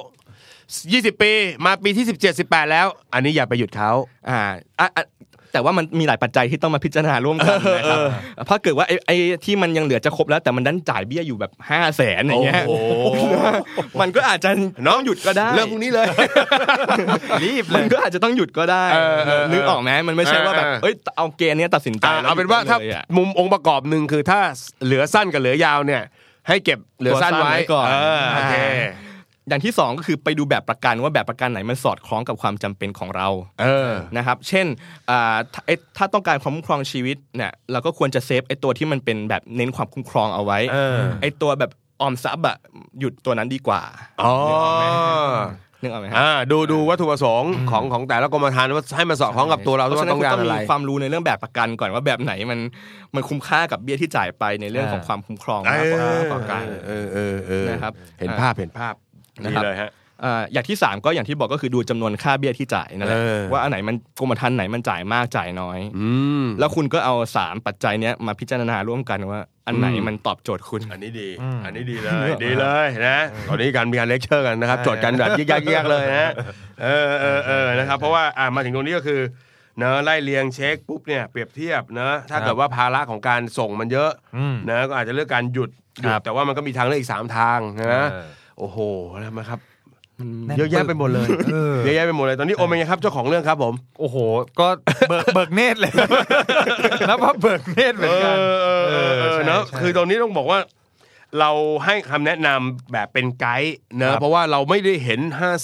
20ปีมาปีที่17 18แล้วอันนี้อย่าไปหยุดเขาแต่ว่ามันมีหลายปัจจัยที่ต้องมาพิจารณาร่วมกันนะครับเพราะเกิดว่าไอ้ที่มันยังเหลือจะครบแล้วแต่มันดันจ่ายเบี้ยอยู่แบบ500,000อย่างเงี้ยมันก็อาจจะต้องหยุดก็ได้เรื่องพวกนี้เลยรีบมันก็อาจจะต้องหยุดก็ได้นึกออกไหมมันไม่ใช่ว่าแบบเอาเกณฑ์นี้ตัดสินใจเอาเป็นว่าถ้ามุมองค์ประกอบนึงคือถ้าเหลือสั้นกับเหลือยาวเนี่ยให้เก็บเหลือสั้นไว้ก่อนโอเคอย่างที่2ก็คือไปดูแบบประกันว่าแบบประกันไหนมันสอดคล้องกับความจำเป็นของเรานะครับเช่นถ้าต้องการความคุ้มครองชีวิตเนี่ยเราก็ควรจะเซฟไอ้ตัวที่มันเป็นแบบเน้นความคุ้มครองเอาไว้ไอ้ตัวแบบออมทรัพย์อะหยุดตัวนั้นดีกว่านึกออกไหมครับดูวัตถุประสงค์ของแต่ละกรมธรรม์ว่าให้มันสอดคล้องกับตัวเราว่าต้องการอะไรมีความรู้ในเรื่องแบบประกันก่อนว่าแบบไหนมันคุ้มค่ากับเบี้ยที่จ่ายไปในเรื่องของความคุ้มครองมากกว่าต่อการนะครับเห็นภาพนะครับอย่างที่3ก็อย่างที่บอกก็คือดูจำนวนค่าเบี้ยที่จ่ายนั่นแหละว่าอันไหนมันกรมธรรม์ไหนมันจ่ายมากจ่ายน้อยแล้วคุณก็เอา3ปัจจัยนี้มาพิจารณาร่วมกันว่าอันไหนมันตอบโจทย์คุณอันนี้ดีเลยนะตอนนี้มีการเลคเชอร์กันนะครับโจทย์กันแบบยากๆเลยนะนะครับเพราะว่ามาถึงตรงนี้ก็คือเนอะไล่เรียงเช็คปุ๊บเนี่ยเปรียบเทียบเนอะถ้าเกิดว่าภาระของการส่งมันเยอะนะก็อาจจะเลือกการหยุดแต่ว่ามันก็มีทางเลือกอีก3ทางนะโอ้โหอะไรมาครับเยอะแยะไปหมดเลยเยอะแยะไปหมดเลยตอนนี้โอมเป็นไงครับเจ้าของเรื่องครับผมโอ้โหก็เบิกเนตรเลยนะว่าเบิกเนตรเหมือนกันเนอะคือตรงนี้ต้องบอกว่าเราให้คำแนะนำแบบเป็นไกด์เนอะเพราะว่าเราไม่ได้เห็น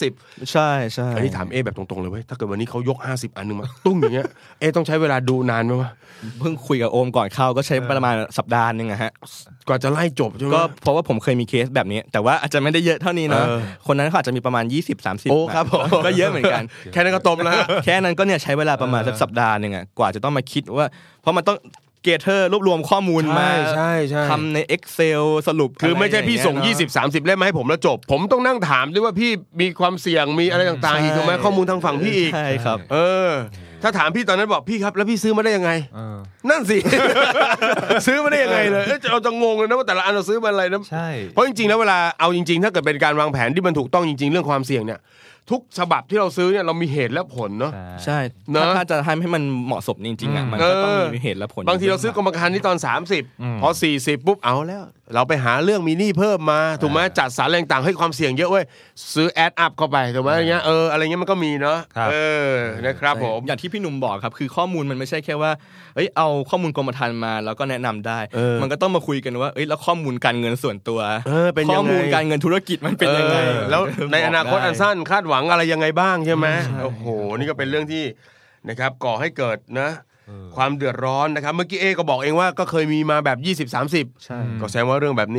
50 ใช่อันนี้ถามแบบตรงๆเลยเว้ยถ้าเกิดวันนี้เขายก50อันนึงมาตุ้งอย่างเงี้ยต้องใช้เวลาดูนานไหมวะเพิ่งคุยกับโอมก่อนเข้าก็ใช้ประมาณสัปดาห์นึงอะฮะกว่าจะไล่จบใช่ไหมก็เพราะว่าผมเคยมีเคสแบบนี้แต่ว่าอาจจะไม่ได้เยอะเท่านี้นะคนนั้นเขาอาจจะมีประมาณ20-30 โอ้ครับผมก็เยอะเหมือนกันแค่นั้นก็ตบแล้วแค่นั้นก็เนี่ยใช้เวลาประมาณสัปดาห์นึงอะกว่าจะต้องมาคิดว่าเพราะมันต้องเกเทอร์รวบรวมข้อมูลมาทำใน Excel สรุปคือไม่ใช่พี่ส่ง 20-30 เล่มมาให้ผมแล้วจบผมต้องนั่งถามด้วยว่าพี่มีความเสี่ยงมีอะไรต่างๆอีกถูกไหมข้อมูลทางฝั่งพี่อีกใช่ครับถ้าถามพี่ตอนนั้นบอกพี่ครับแล้วพี่ซื้อมาได้ยังไงนั่นสิ ซื้อมาได้ยังไงเลยเราจะงงเลยนะว่าแต่ละอันเราซื้อมาอะไรนะใช่เพราะจริงๆแล้วเวลาเอาจริงๆถ้าเกิดเป็นการวางแผนที่มันถูกต้องจริงๆเรื่องความเสี่ยงเนี่ยทุกฉบับที่เราซื้อเนี่ยเรามีเหตุและผลเนาะใช่ถ้าจะให้มันเหมาะสมจริงๆอ่ะมันก็ต้องมีเหตุและผลบางทีเราซื้อกรมธรรม์ที่ตอน30พอ40ปุ๊บเอาแล้วเราไปหาเรื่องมีหนี้เพิ่มมาถูกไหมจัดสรรแรงต่างให้ความเสี่ยงเยอะเว้ยซื้อแอดอัพเข้าไปถูกไหมอย่างเงี้ยอะไรเงี้ยมันก็มีเนาะนะครับผมอย่างที่พี่หนุ่มบอกครับคือข้อมูลมันไม่ใช่แค่ว่าเอาข้อมูลกรมธรรม์มาแล้วก็แนะนำได้มันก็ต้องมาคุยกันว่าแล้วข้อมูลการเงินส่วนตัวข้อมูลการเงินธุรกิจมันเป็นยังไงแล้วในอนาคตอันสั้นคาดหวังอะไรยังไงบ้างใช่ไหมโอ้โหนี่ก็เป็นเรื่องที่นะครับก่อให้เกิดนะความเดือดร้อนนะครับเมื่อกี้ก็บอกเองว่าก็เคยมีมาแบบ20-30ก็แสดงว่าเรื่องแบบนี้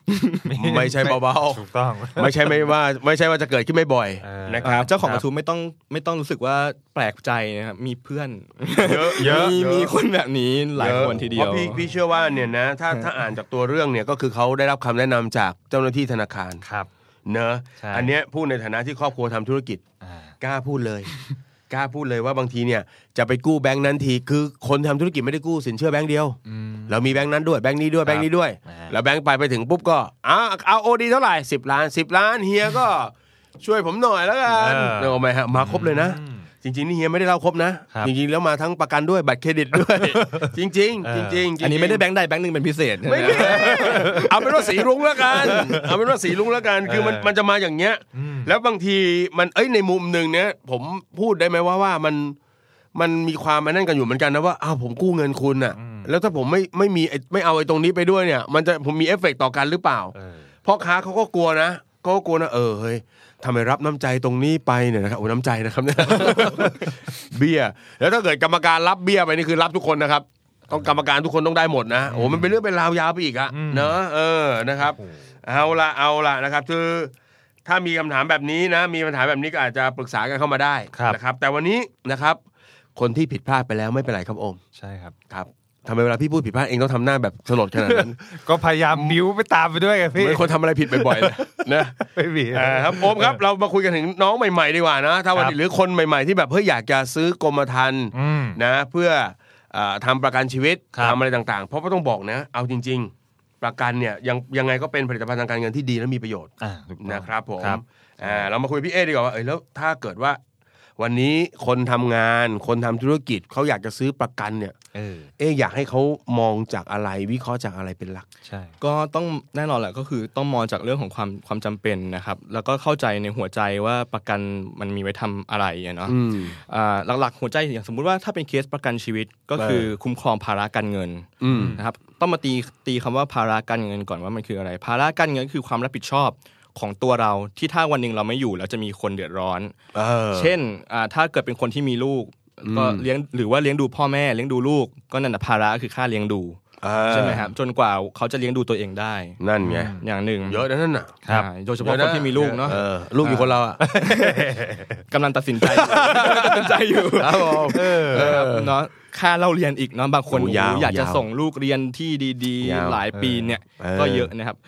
ไม่ใช่เบาๆถูกต้องไม่ใช่ว่าจะเกิดขึ้นไม่บ่อยนะครับเจ้าของกระทู้ไม่ต้องรู้สึกว่าแปลกใจนะครับมีเพื่อนเยอะมีคนแบบนี้หลายคนทีเดียวเพราะพี่เชื่อว่าเนี่ยนะถ้าอ่านจากตัวเรื่องเนี่ยก็คือเขาได้รับคำแนะนำจากเจ้าหน้าที่ธนาคารครับเนอะอันเนี้ยพูดในฐานะที่ครอบครัวทำธุรกิจกล้าพูดเลยว่าบางทีเนี่ยจะไปกู้แบงค์นั้นทีคือคนทำธุรกิจไม่ได้กู้สินเชื่อแบงค์เดียวเรามีแบงค์นั้นด้วยแบงค์นี้ด้วยแบงค์นี้ด้วยแล้วแบงค์ไปถึงปุ๊บก็เอาโอดีเท่าไหร่10 ล้านเฮียก็ช่วยผมหน่อยแล้วกันเอาไหมฮะมาครบเลยนะจริงๆนี่เฮียไม่ได้เล่าครบนะจริงๆแล้วมาทั้งประกันด้วยบัตรเครดิตด้วยจริงอันนี้ไม่ได้แบงค์ใดแบงค์นึงเป็นพิเศษไม่เอาเป็นว่าสีรุ้งแล้วกันคือมันจะมาอย่างเงี้ยแล้วบางทีมันในมุมนึงเนี่ยผมพูดได้ไหมว่ามันมีความนั่นกันอยู่เหมือนกันนะว่าผมกู้เงินคุณน่ะแล้วถ้าผมไม่เอาไอ้ตรงนี้ไปด้วยเนี่ยผมมีเอฟเฟกต์ต่อกันหรือเปล่าพ่อค้าเขาก็กลัวนะเฮ้ยทำไมรับน้ำใจตรงนี้ไปเนี่ยนะครับน้ำใจนะครับเนี่ยเบี้ยแล้วถ้าเกิดกรรมการรับเบี้ยไปนี่คือรับทุกคนนะครับต้องกรรมการทุกคนต้องได้หมดนะมันเป็นเรื่องเป็นราวยาวไปอีกอะเนอะนะครับเอาละนะครับคือถ้ามีคำถามแบบนี้นะมีปัญหาแบบนี้ก็อาจจะปรึกษากันเข้ามาได้นะครับแต่วันนี้นะครับคนที่ผิดพลาดไปแล้วไม่เป็นไรครับโอมใช่ครับทำไมเวลาพี่พูดผิดพลาดเองต้องทำหน้าแบบสลดขนาดนั้นก็พยายามบิ้วไปตามไปด้วยกันพี่เหมือนคนทำอะไรผิดบ่อยๆนะไม่มีครับโอมครับเรามาคุยกันถึงน้องใหม่ๆดีกว่านะถ้าวันนี้หรือคนใหม่ๆที่แบบอยากจะซื้อกรมธรรม์นะเพื่อทำประกันชีวิตทำอะไรต่างๆเพราะว่าต้องบอกนะเอาจริงๆประกันเนี่ยยังไงก็เป็นผลิตภัณฑ์ทางการเงินที่ดีและมีประโยชน์นะครับผมเรามาคุยพี่เอดีกว่าว่าแล้วถ้าเกิดว่าวันนี้คนทำงานคนทำธุรกิจเขาอยากจะซื้อประกันเนี่ยอยากให้เขามองจากอะไรวิเคราะห์จากอะไรเป็นหลักใช่ก็ต้องแน่นอนแหละก็คือต้องมองจากเรื่องของความจำเป็นนะครับแล้วก็เข้าใจในหัวใจว่าประกันมันมีไว้ทำอะไรเนาะหลักๆหัวใจอย่างสมมุติว่าถ้าเป็นเคสประกันชีวิตก็คือคุ้มครองภาระการเงินนะครับต้องมาตีคำว่าภาระการเงินก่อนว่ามันคืออะไรภาระการเงินคือความรับผิดชอบของตัวเราที่ถ้าวันนึงเราไม่อยู่แล้วจะมีคนเดือดร้อนเช่นถ้าเกิดเป็นคนที่มีลูกก็เลี้ยงหรือว่าเลี้ยงดูพ่อแม่เลี้ยงดูลูกก็นั่นแหละภาระคือค่าเลี้ยงดูใช่ไหมครับจนกว่าเขาจะเลี้ยงดูตัวเองได้นั่นไงอย่างหนึ่งเยอะนั่นน่ะโดยเฉพาะคนที่มีลูกเนาะลูกอยู่คนเราอ่ะกำลังตัดสินใจอยู่เนาะค่าเล่าเรียนอีกเนาะบางคนอยากจะส่งลูกเรียนที่ดีๆหลายปีเนี่ยก็เยอะนะครับ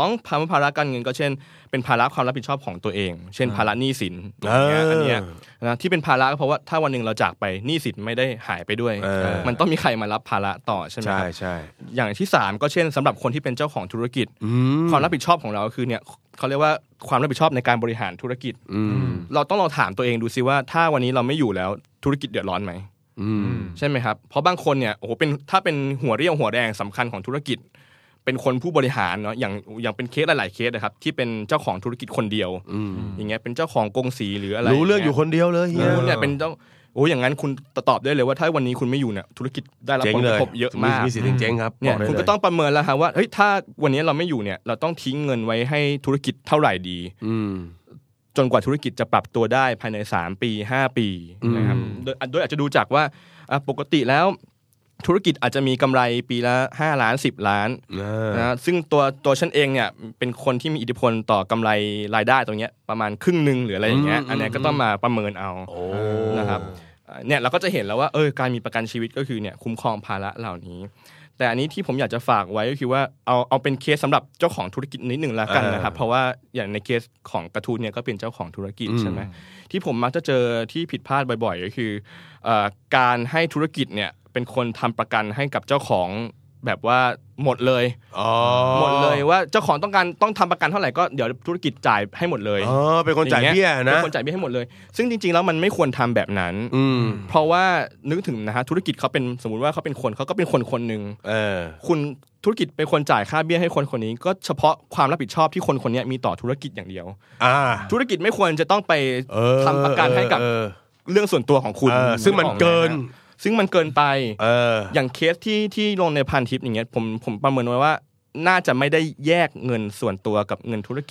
2ภาระการเงินก็เช่นเป็นภาระความรับผิดชอบของตัวเองเช่นภาระหนี้สินอันเนี้ยนะที่เป็นภาระก็เพราะว่าถ้าวันนึงเราจากไปหนี้สินไม่ได้หายไปด้วยมันต้องมีใครมารับภาระต่อใช่ไหมครับใช่อย่างที่3ก็เช่นสำหรับคนที่เป็นเจ้าของธุรกิจความรับผิดชอบของเราคือเนี่ยเขาเรียกว่าความรับผิดชอบในการบริหารธุรกิจเราต้องลองถามตัวเองดูซิว่าถ้าวันนี้เราไม่อยู่แล้วธุรกิจเดือดร้อนไหมใช่ไหมครับเพราะบางคนเนี่ยถ้าเป็นหัวเรี่ยวหัวแรงสำคัญของธุรกิจเป็นคนผู้บริหารเนาะอย่างเป็นเคสหลายๆเคสนะครับที่เป็นเจ้าของธุรกิจคนเดียวอย่างเงี้ยเป็นเจ้าของกงสีหรืออะไรรู้เรื่องอยู่คนเดียวเลยเนี่ยเป็นเจ้าอย่างนั้นคุณตอบได้เลยว่าถ้าวันนี้คุณไม่อยู่เนี่ยธุรกิจได้รับผลกระทบเยอะมากมีสิทธิ์เจ๊งครับเนี่ยคุณก็ต้องประเมินแล้วครับว่าเฮ้ยถ้าวันนี้เราไม่อยู่เนี่ยเราต้องทิ้งเงินไว้ให้ธุรกิจเท่าไหร่ดีจนกว่าธุรกิจจะปรับตัวได้ภายใน3 ปี5 ปีนะครับโดยอาจจะดูจากว่าปกติแล้วธุรกิจอาจจะมีกำไรปีละ5 ล้าน10 ล้านนะซึ่งตัวฉันเองเนี่ยเป็นคนที่มีอิทธิพลต่อกำไรรายได้ตรงเนี้ยประมาณครึ่งนึงหรืออะไรอย่างเงี้ยอันนี้ก็ต้องมาประเมินเอานะครับเนี่ยเราก็จะเห็นแล้วว่าการมีประกันชีวิตก็คือเนี่ยคุ้มครองภาระเหล่านี้แต่อันนี้ที่ผมอยากจะฝากไว้ก็คือว่าเอาเป็นเคสสำหรับเจ้าของธุรกิจนิดหนึ่งละกันนะครับเพราะว่าอย่างในเคสของกระทู้เนี่ยก็เป็นเจ้าของธุรกิจใช่ไหมที่ผมมักจะเจอที่ผิดพลาดบ่อยๆก็คือการให้ธุรกิจเนี่ยเป็นคนทำประกันให้กับเจ้าของแบบว่าหมดเลยว่าเจ้าของต้องทำประกันเท่าไหร่ก็เดี๋ยวธุรกิจจ่ายให้หมดเลยเป็นคนจ่ายเบี้ยนะเป็นคนจ่ายเบี้ยให้หมดเลยซึ่งจริงๆแล้วมันไม่ควรทำแบบนั้นเพราะว่านึกถึงนะฮะธุรกิจเขาเป็นสมมุติว่าเขาเป็นคนเขาก็เป็นคนนึงคุณธุรกิจเป็นคนจ่ายค่าเบี้ยให้คนนี้ก็เฉพาะความรับผิดชอบที่คนนี้มีต่อธุรกิจอย่างเดียวธุรกิจไม่ควรจะต้องไปทำประกันให้กับเรื่องส่วนตัวของคุณซึ่งมันเกินไปอย่างเคสที่ลงในพันทิปอย่างเงี้ยผมประเมินไว้ว่าน่าจะไม่ได้แยกเงินส่วนตัวกับเงินธุรกิจ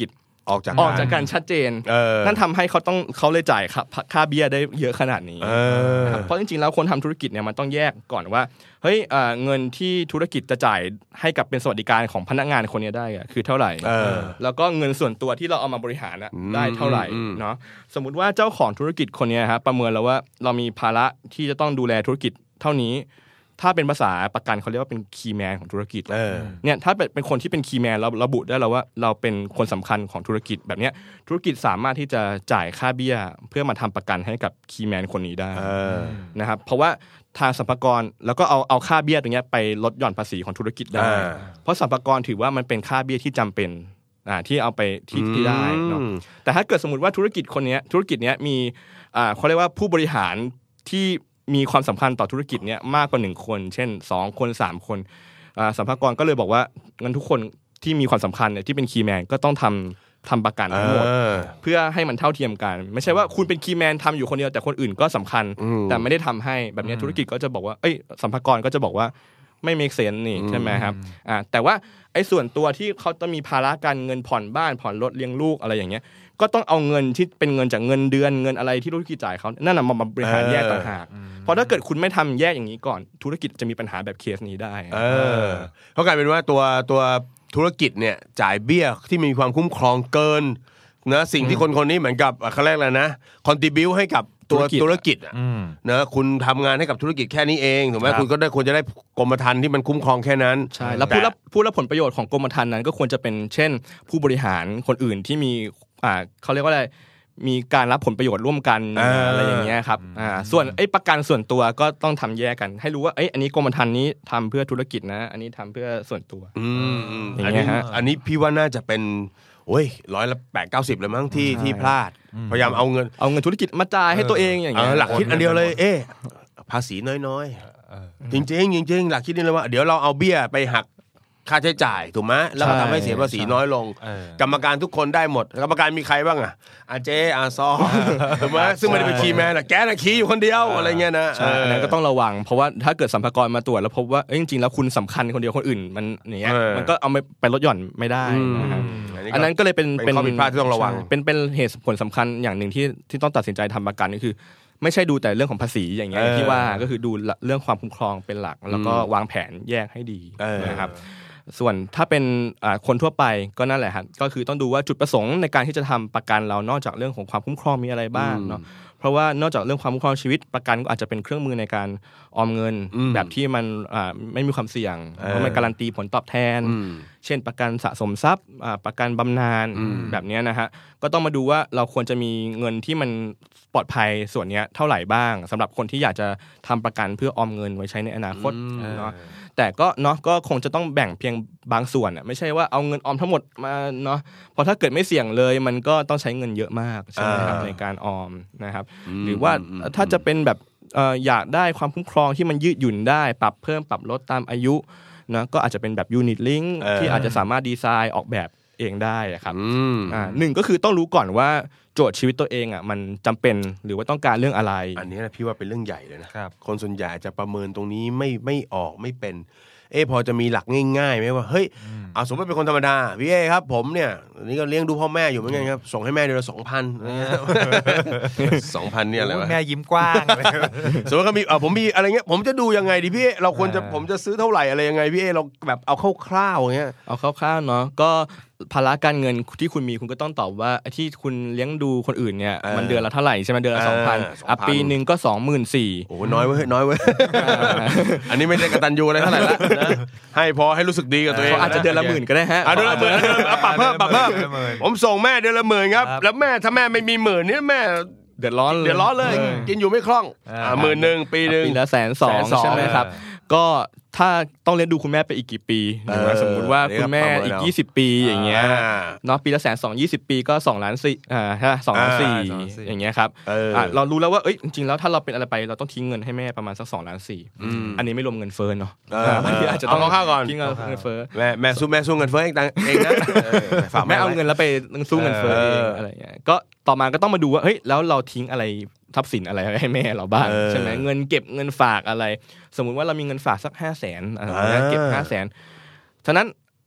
ออกจากกันชัดเจนนั่นทำให้เขาเลยจ่ายค่าเบี้ยได้เยอะขนาดนี้เพราะจริงๆแล้วคนทำธุรกิจเนี่ยมันต้องแยกก่อนว่าเฮ้ยเงินที่ธุรกิจจะจ่ายให้กับเป็นสวัสดิการของพนักงานคนนี้ได้คือเท่าไหร่แล้วก็เงินส่วนตัวที่เราเอามาบริหารได้เท่าไหร่เนาะสมมุติว่าเจ้าของธุรกิจคนนี้ครับประเมินแล้วว่าเรามีภาระที่จะต้องดูแลธุรกิจเท่านี้ถ้าเป็นภาษาประกันเขาเรียกว่าเป็นคีย์แมนของธุรกิจเนี่ยถ้าเป็นคนที่เป็นคีย์แมนเราระบุได้แล้วว่าเราเป็นคนสำคัญของธุรกิจแบบนี้ธุรกิจสามารถที่จะจ่ายค่าเบี้ยเพื่อมาทำประกันให้กับคีย์แมนคนนี้ได้นะครับเพราะว่าทางสรรพากรแล้วก็เอาค่าเบี้ยตรงนี้ไปลดหย่อนภาษีของธุรกิจได้เพราะสรรพากรถือว่ามันเป็นค่าเบี้ยที่จำเป็นที่เอาไปที่ได้เนาะแต่ถ้าเกิดสมมติว่าธุรกิจนี้มีเขาเรียกว่าผู้บริหารที่มีความสำคัญต่อธุรกิจเนี้ยมากกว่า1คนเช่น2คน3คนสรรพากรก็เลยบอกว่างั้นทุกคนที่มีความสำคัญเนี่ยที่เป็นคีย์แมนก็ต้องทำประกันทั้งหมดเพื่อให้มันเท่าเทียมกันไม่ใช่ว่าคุณเป็นคีย์แมนทำอยู่คนเดียวแต่คนอื่นก็สำคัญแต่ไม่ได้ทำให้แบบนี้ธุรกิจก็จะบอกว่าสรรพากรก็จะบอกว่าไม่ make sense นี่ใช่ไหมครับแต่ว่าไอ้ส่วนตัวที่เขาต้องมีภาระการเงินผ่อนบ้านผ่อนรถเลี้ยงลูกอะไรอย่างเงี้ยก็ต้องเอาเงินที่เป็นเงินจากเงินเดือนเงินอะไรที่ธุรกิจจ่ายเขานั่นน่ะมาบริหารแยกต่างหากเพราะถ้าเกิดคุณไม่ทำแยกอย่างนี้ก่อนธุรกิจจะมีปัญหาแบบเคสนี้ได้เพราะกลายเป็นว่าตัวธุรกิจเนี่ยจ่ายเบี้ยที่มีความคุ้มครองเกินนะสิ่งที่คนนี้เหมือนกับเขาเรียกอะไรนะคอนทริบิวให้กับตัวธุรกิจนะคุณทำงานให้กับธุรกิจแค่นี้เองถูกไหมคุณก็ควรจะได้กรมธรรม์ที่มันคุ้มครองแค่นั้นใช่แล้วผู้รับผลประโยชน์ของกรมธรรม์นั้นก็ควรจะเป็นเช่นผู้บริหารคนอื่นที่มีเขาเรียกว่าอะไรมีการรับผลประโยชน์ร่วมกันอะไรอย่างเงี้ยครับส่วนประกันส่วนตัวก็ต้องทำแยกกันให้รู้ว่าอันนี้กรมธรรม์นี้ทำเพื่อธุรกิจนะอันนี้ทำเพื่อส่วนตัวอย่างเงี้ยฮะอันนี้พี่ว่าน่าจะเป็น180-90เลยมั้งที่พลาดพยายามเอาเงินธุรกิจมาจ่ายให้ตัวเองอย่างเงี้ยหลักคิดอันเดียวเลยภาษีน้อยๆจริงหลักคิดนี่เลยว่าเดี๋ยวเราเอาเบี้ยไปหักค่าใช้จ่ายถูกไหมแล้วก็ทำให้เสียภาษีน้อยลงกรรมการทุกคนได้หมดกรรมการมีใครบ้างอาเจอาซอถูกไหมซึ่งไม่ได้เป็นคีย์แมนแกน่ะคีย์อยู่คนเดียวอะไรเงี้ยนะอันนั้นก็ต้องระวังเพราะว่าถ้าเกิดสรรพากรมาตรวจแล้วพบว่าจริงๆแล้วคุณสำคัญคนเดียวคนอื่นมันเนี้ยมันก็เอาไปลดหย่อนไม่ได้นะครับอันนั้นก็เลยเป็นข้อผิดพลาดที่ต้องระวังเป็นเหตุผลสำคัญอย่างหนึ่งที่ต้องตัดสินใจทำประกันก็คือไม่ใช่ดูแต่เรื่องของภาษีอย่างเงี้ยที่ว่าก็คือดูเรื่องความคุ้มครองเป็นหลักแล้วก็วางแผนแยกให้ดีนะครับส่วนถ้าเป็นคนทั่วไปก็นั่นแหละครับก็คือต้องดูว่าจุดประสงค์ในการที่จะทำประกันเรานอกจากเรื่องของความคุ้มครองมีอะไรบ้างเนาะเพราะว่านอกจากเรื่องความคุ้มครองชีวิตประกันก็อาจจะเป็นเครื่องมือในการออมเงินแบบที่มันไม่มีความเสี่ยงเพราะมันการันตีผลตอบแทนเช่นประกันสะสมทรัพย์ประกันบำนาญแบบนี้นะฮะก็ต้องมาดูว่าเราควรจะมีเงินที่มันปลอดภัยส่วนนี้เท่าไหร่บ้างสำหรับคนที่อยากจะทำประกันเพื่อออมเงินไว้ใช้ในอนาคตเนาะแต่ก็คงจะต้องแบ่งเพียงบางส่วนไม่ใช่ว่าเอาเงินออมทั้งหมดมาเนาะเพราะถ้าเกิดไม่เสี่ยงเลยมันก็ต้องใช้เงินเยอะมากใช่ไหมครับในการออมนะครับหรือว่าถ้าจะเป็นแบบอยากได้ความคุ้มครองที่มันยืดหยุ่นได้ปรับเพิ่มปรับลดตามอายุนะก็อาจจะเป็นแบบ Unit Link ที่อาจจะสามารถดีไซน์ออกแบบเองได้ครับหนึ่งก็คือต้องรู้ก่อนว่าโจทย์ชีวิตตัวเองมันจำเป็นหรือว่าต้องการเรื่องอะไรอันนี้นะพี่ว่าเป็นเรื่องใหญ่เลยนะคนส่วนใหญ่จะประเมินตรงนี้ไม่ออกไม่เป็นพอจะมีหลักง่ายๆไหมว่าเฮ้ยเอาสมมติเป็นคนธรรมดาพี่ครับผมเนี่ยนี่ก็เลี้ยงดูพ่อแม่อยู่เหมือนกันครับส่งให้แม่เดือนละ 2,000 เนี่ยอะไรวะแม่ยิ้มกว้างสมมติก็มีผมมีอะไรเงี้ยผมจะดูยังไงดีพี่เราควรจะผมจะซื้อเท่าไหร่อะไรยังไงพี่เราแบบเอาคร่าวๆอย่างเงี้ยเอาคร่าวๆเนาะก็ภาระการเงินที่คุณมีคุณก็ต้องตอบว่าที่คุณเลี้ยงดูคนอื่นเนี่ยมันเดือนละเท่าไหร่ใช่ไหมเดือนละ 2,000 ปีนึงก็ 24,000 โอ้น้อยเว้ยอันนี้ไม่ได้กตัญญูอะไรเท่าไหร่ละนะให้พอให้รู้สึกดีกับตัวเองอาจจะเดือนละ10,000ก็ได้ฮะเดือนละ10,000ปรับเพิ่มผมส่งแม่เดือนละ10,000ครับแล้วแม่ถ้าแม่ไม่มี10,000นี่แม่เดือดร้อนเลยกินอยู่ไม่คล่อง10,000ปีนึงปีละ120,000ใช่ไหมครับก็ถ้าต้องเลี้ยงดูคุณแม่ไปอีกกี่ปีสมมุติว่าคุณแม่อีก20ปีอย่างเงี้ยเนาะปีละ120,000 20ปีก็2.4 ล้าน2.4 อย่างเงี้ยครับเรารู้แล้วว่าจริงๆแล้วถ้าเราเป็นอะไรไปเราต้องทิ้งเงินให้แม่ประมาณสัก2.4 ล้านอันนี้ไม่รวมเงินเฟ้อเนาะอาจจะต้องข้าวก่อนทิ้งเงินเฟ้อแม่สู้เงินเฟ้อเองนะแม่เอาเงินแล้วไปสู้เงินเฟ้อเองอะไรเงี้ยก็ต่อมาก็ต้องมาดูว่าแล้วเราทิ้งอะไรทรัพย์สินอะไรให้แม่เราบ้างใช่ไหมเงินเก็บเงินฝากอะไรสมมุติว่าเรามีเงินฝากสัก 500,000 เก็บ 500,000 ฉะนั้น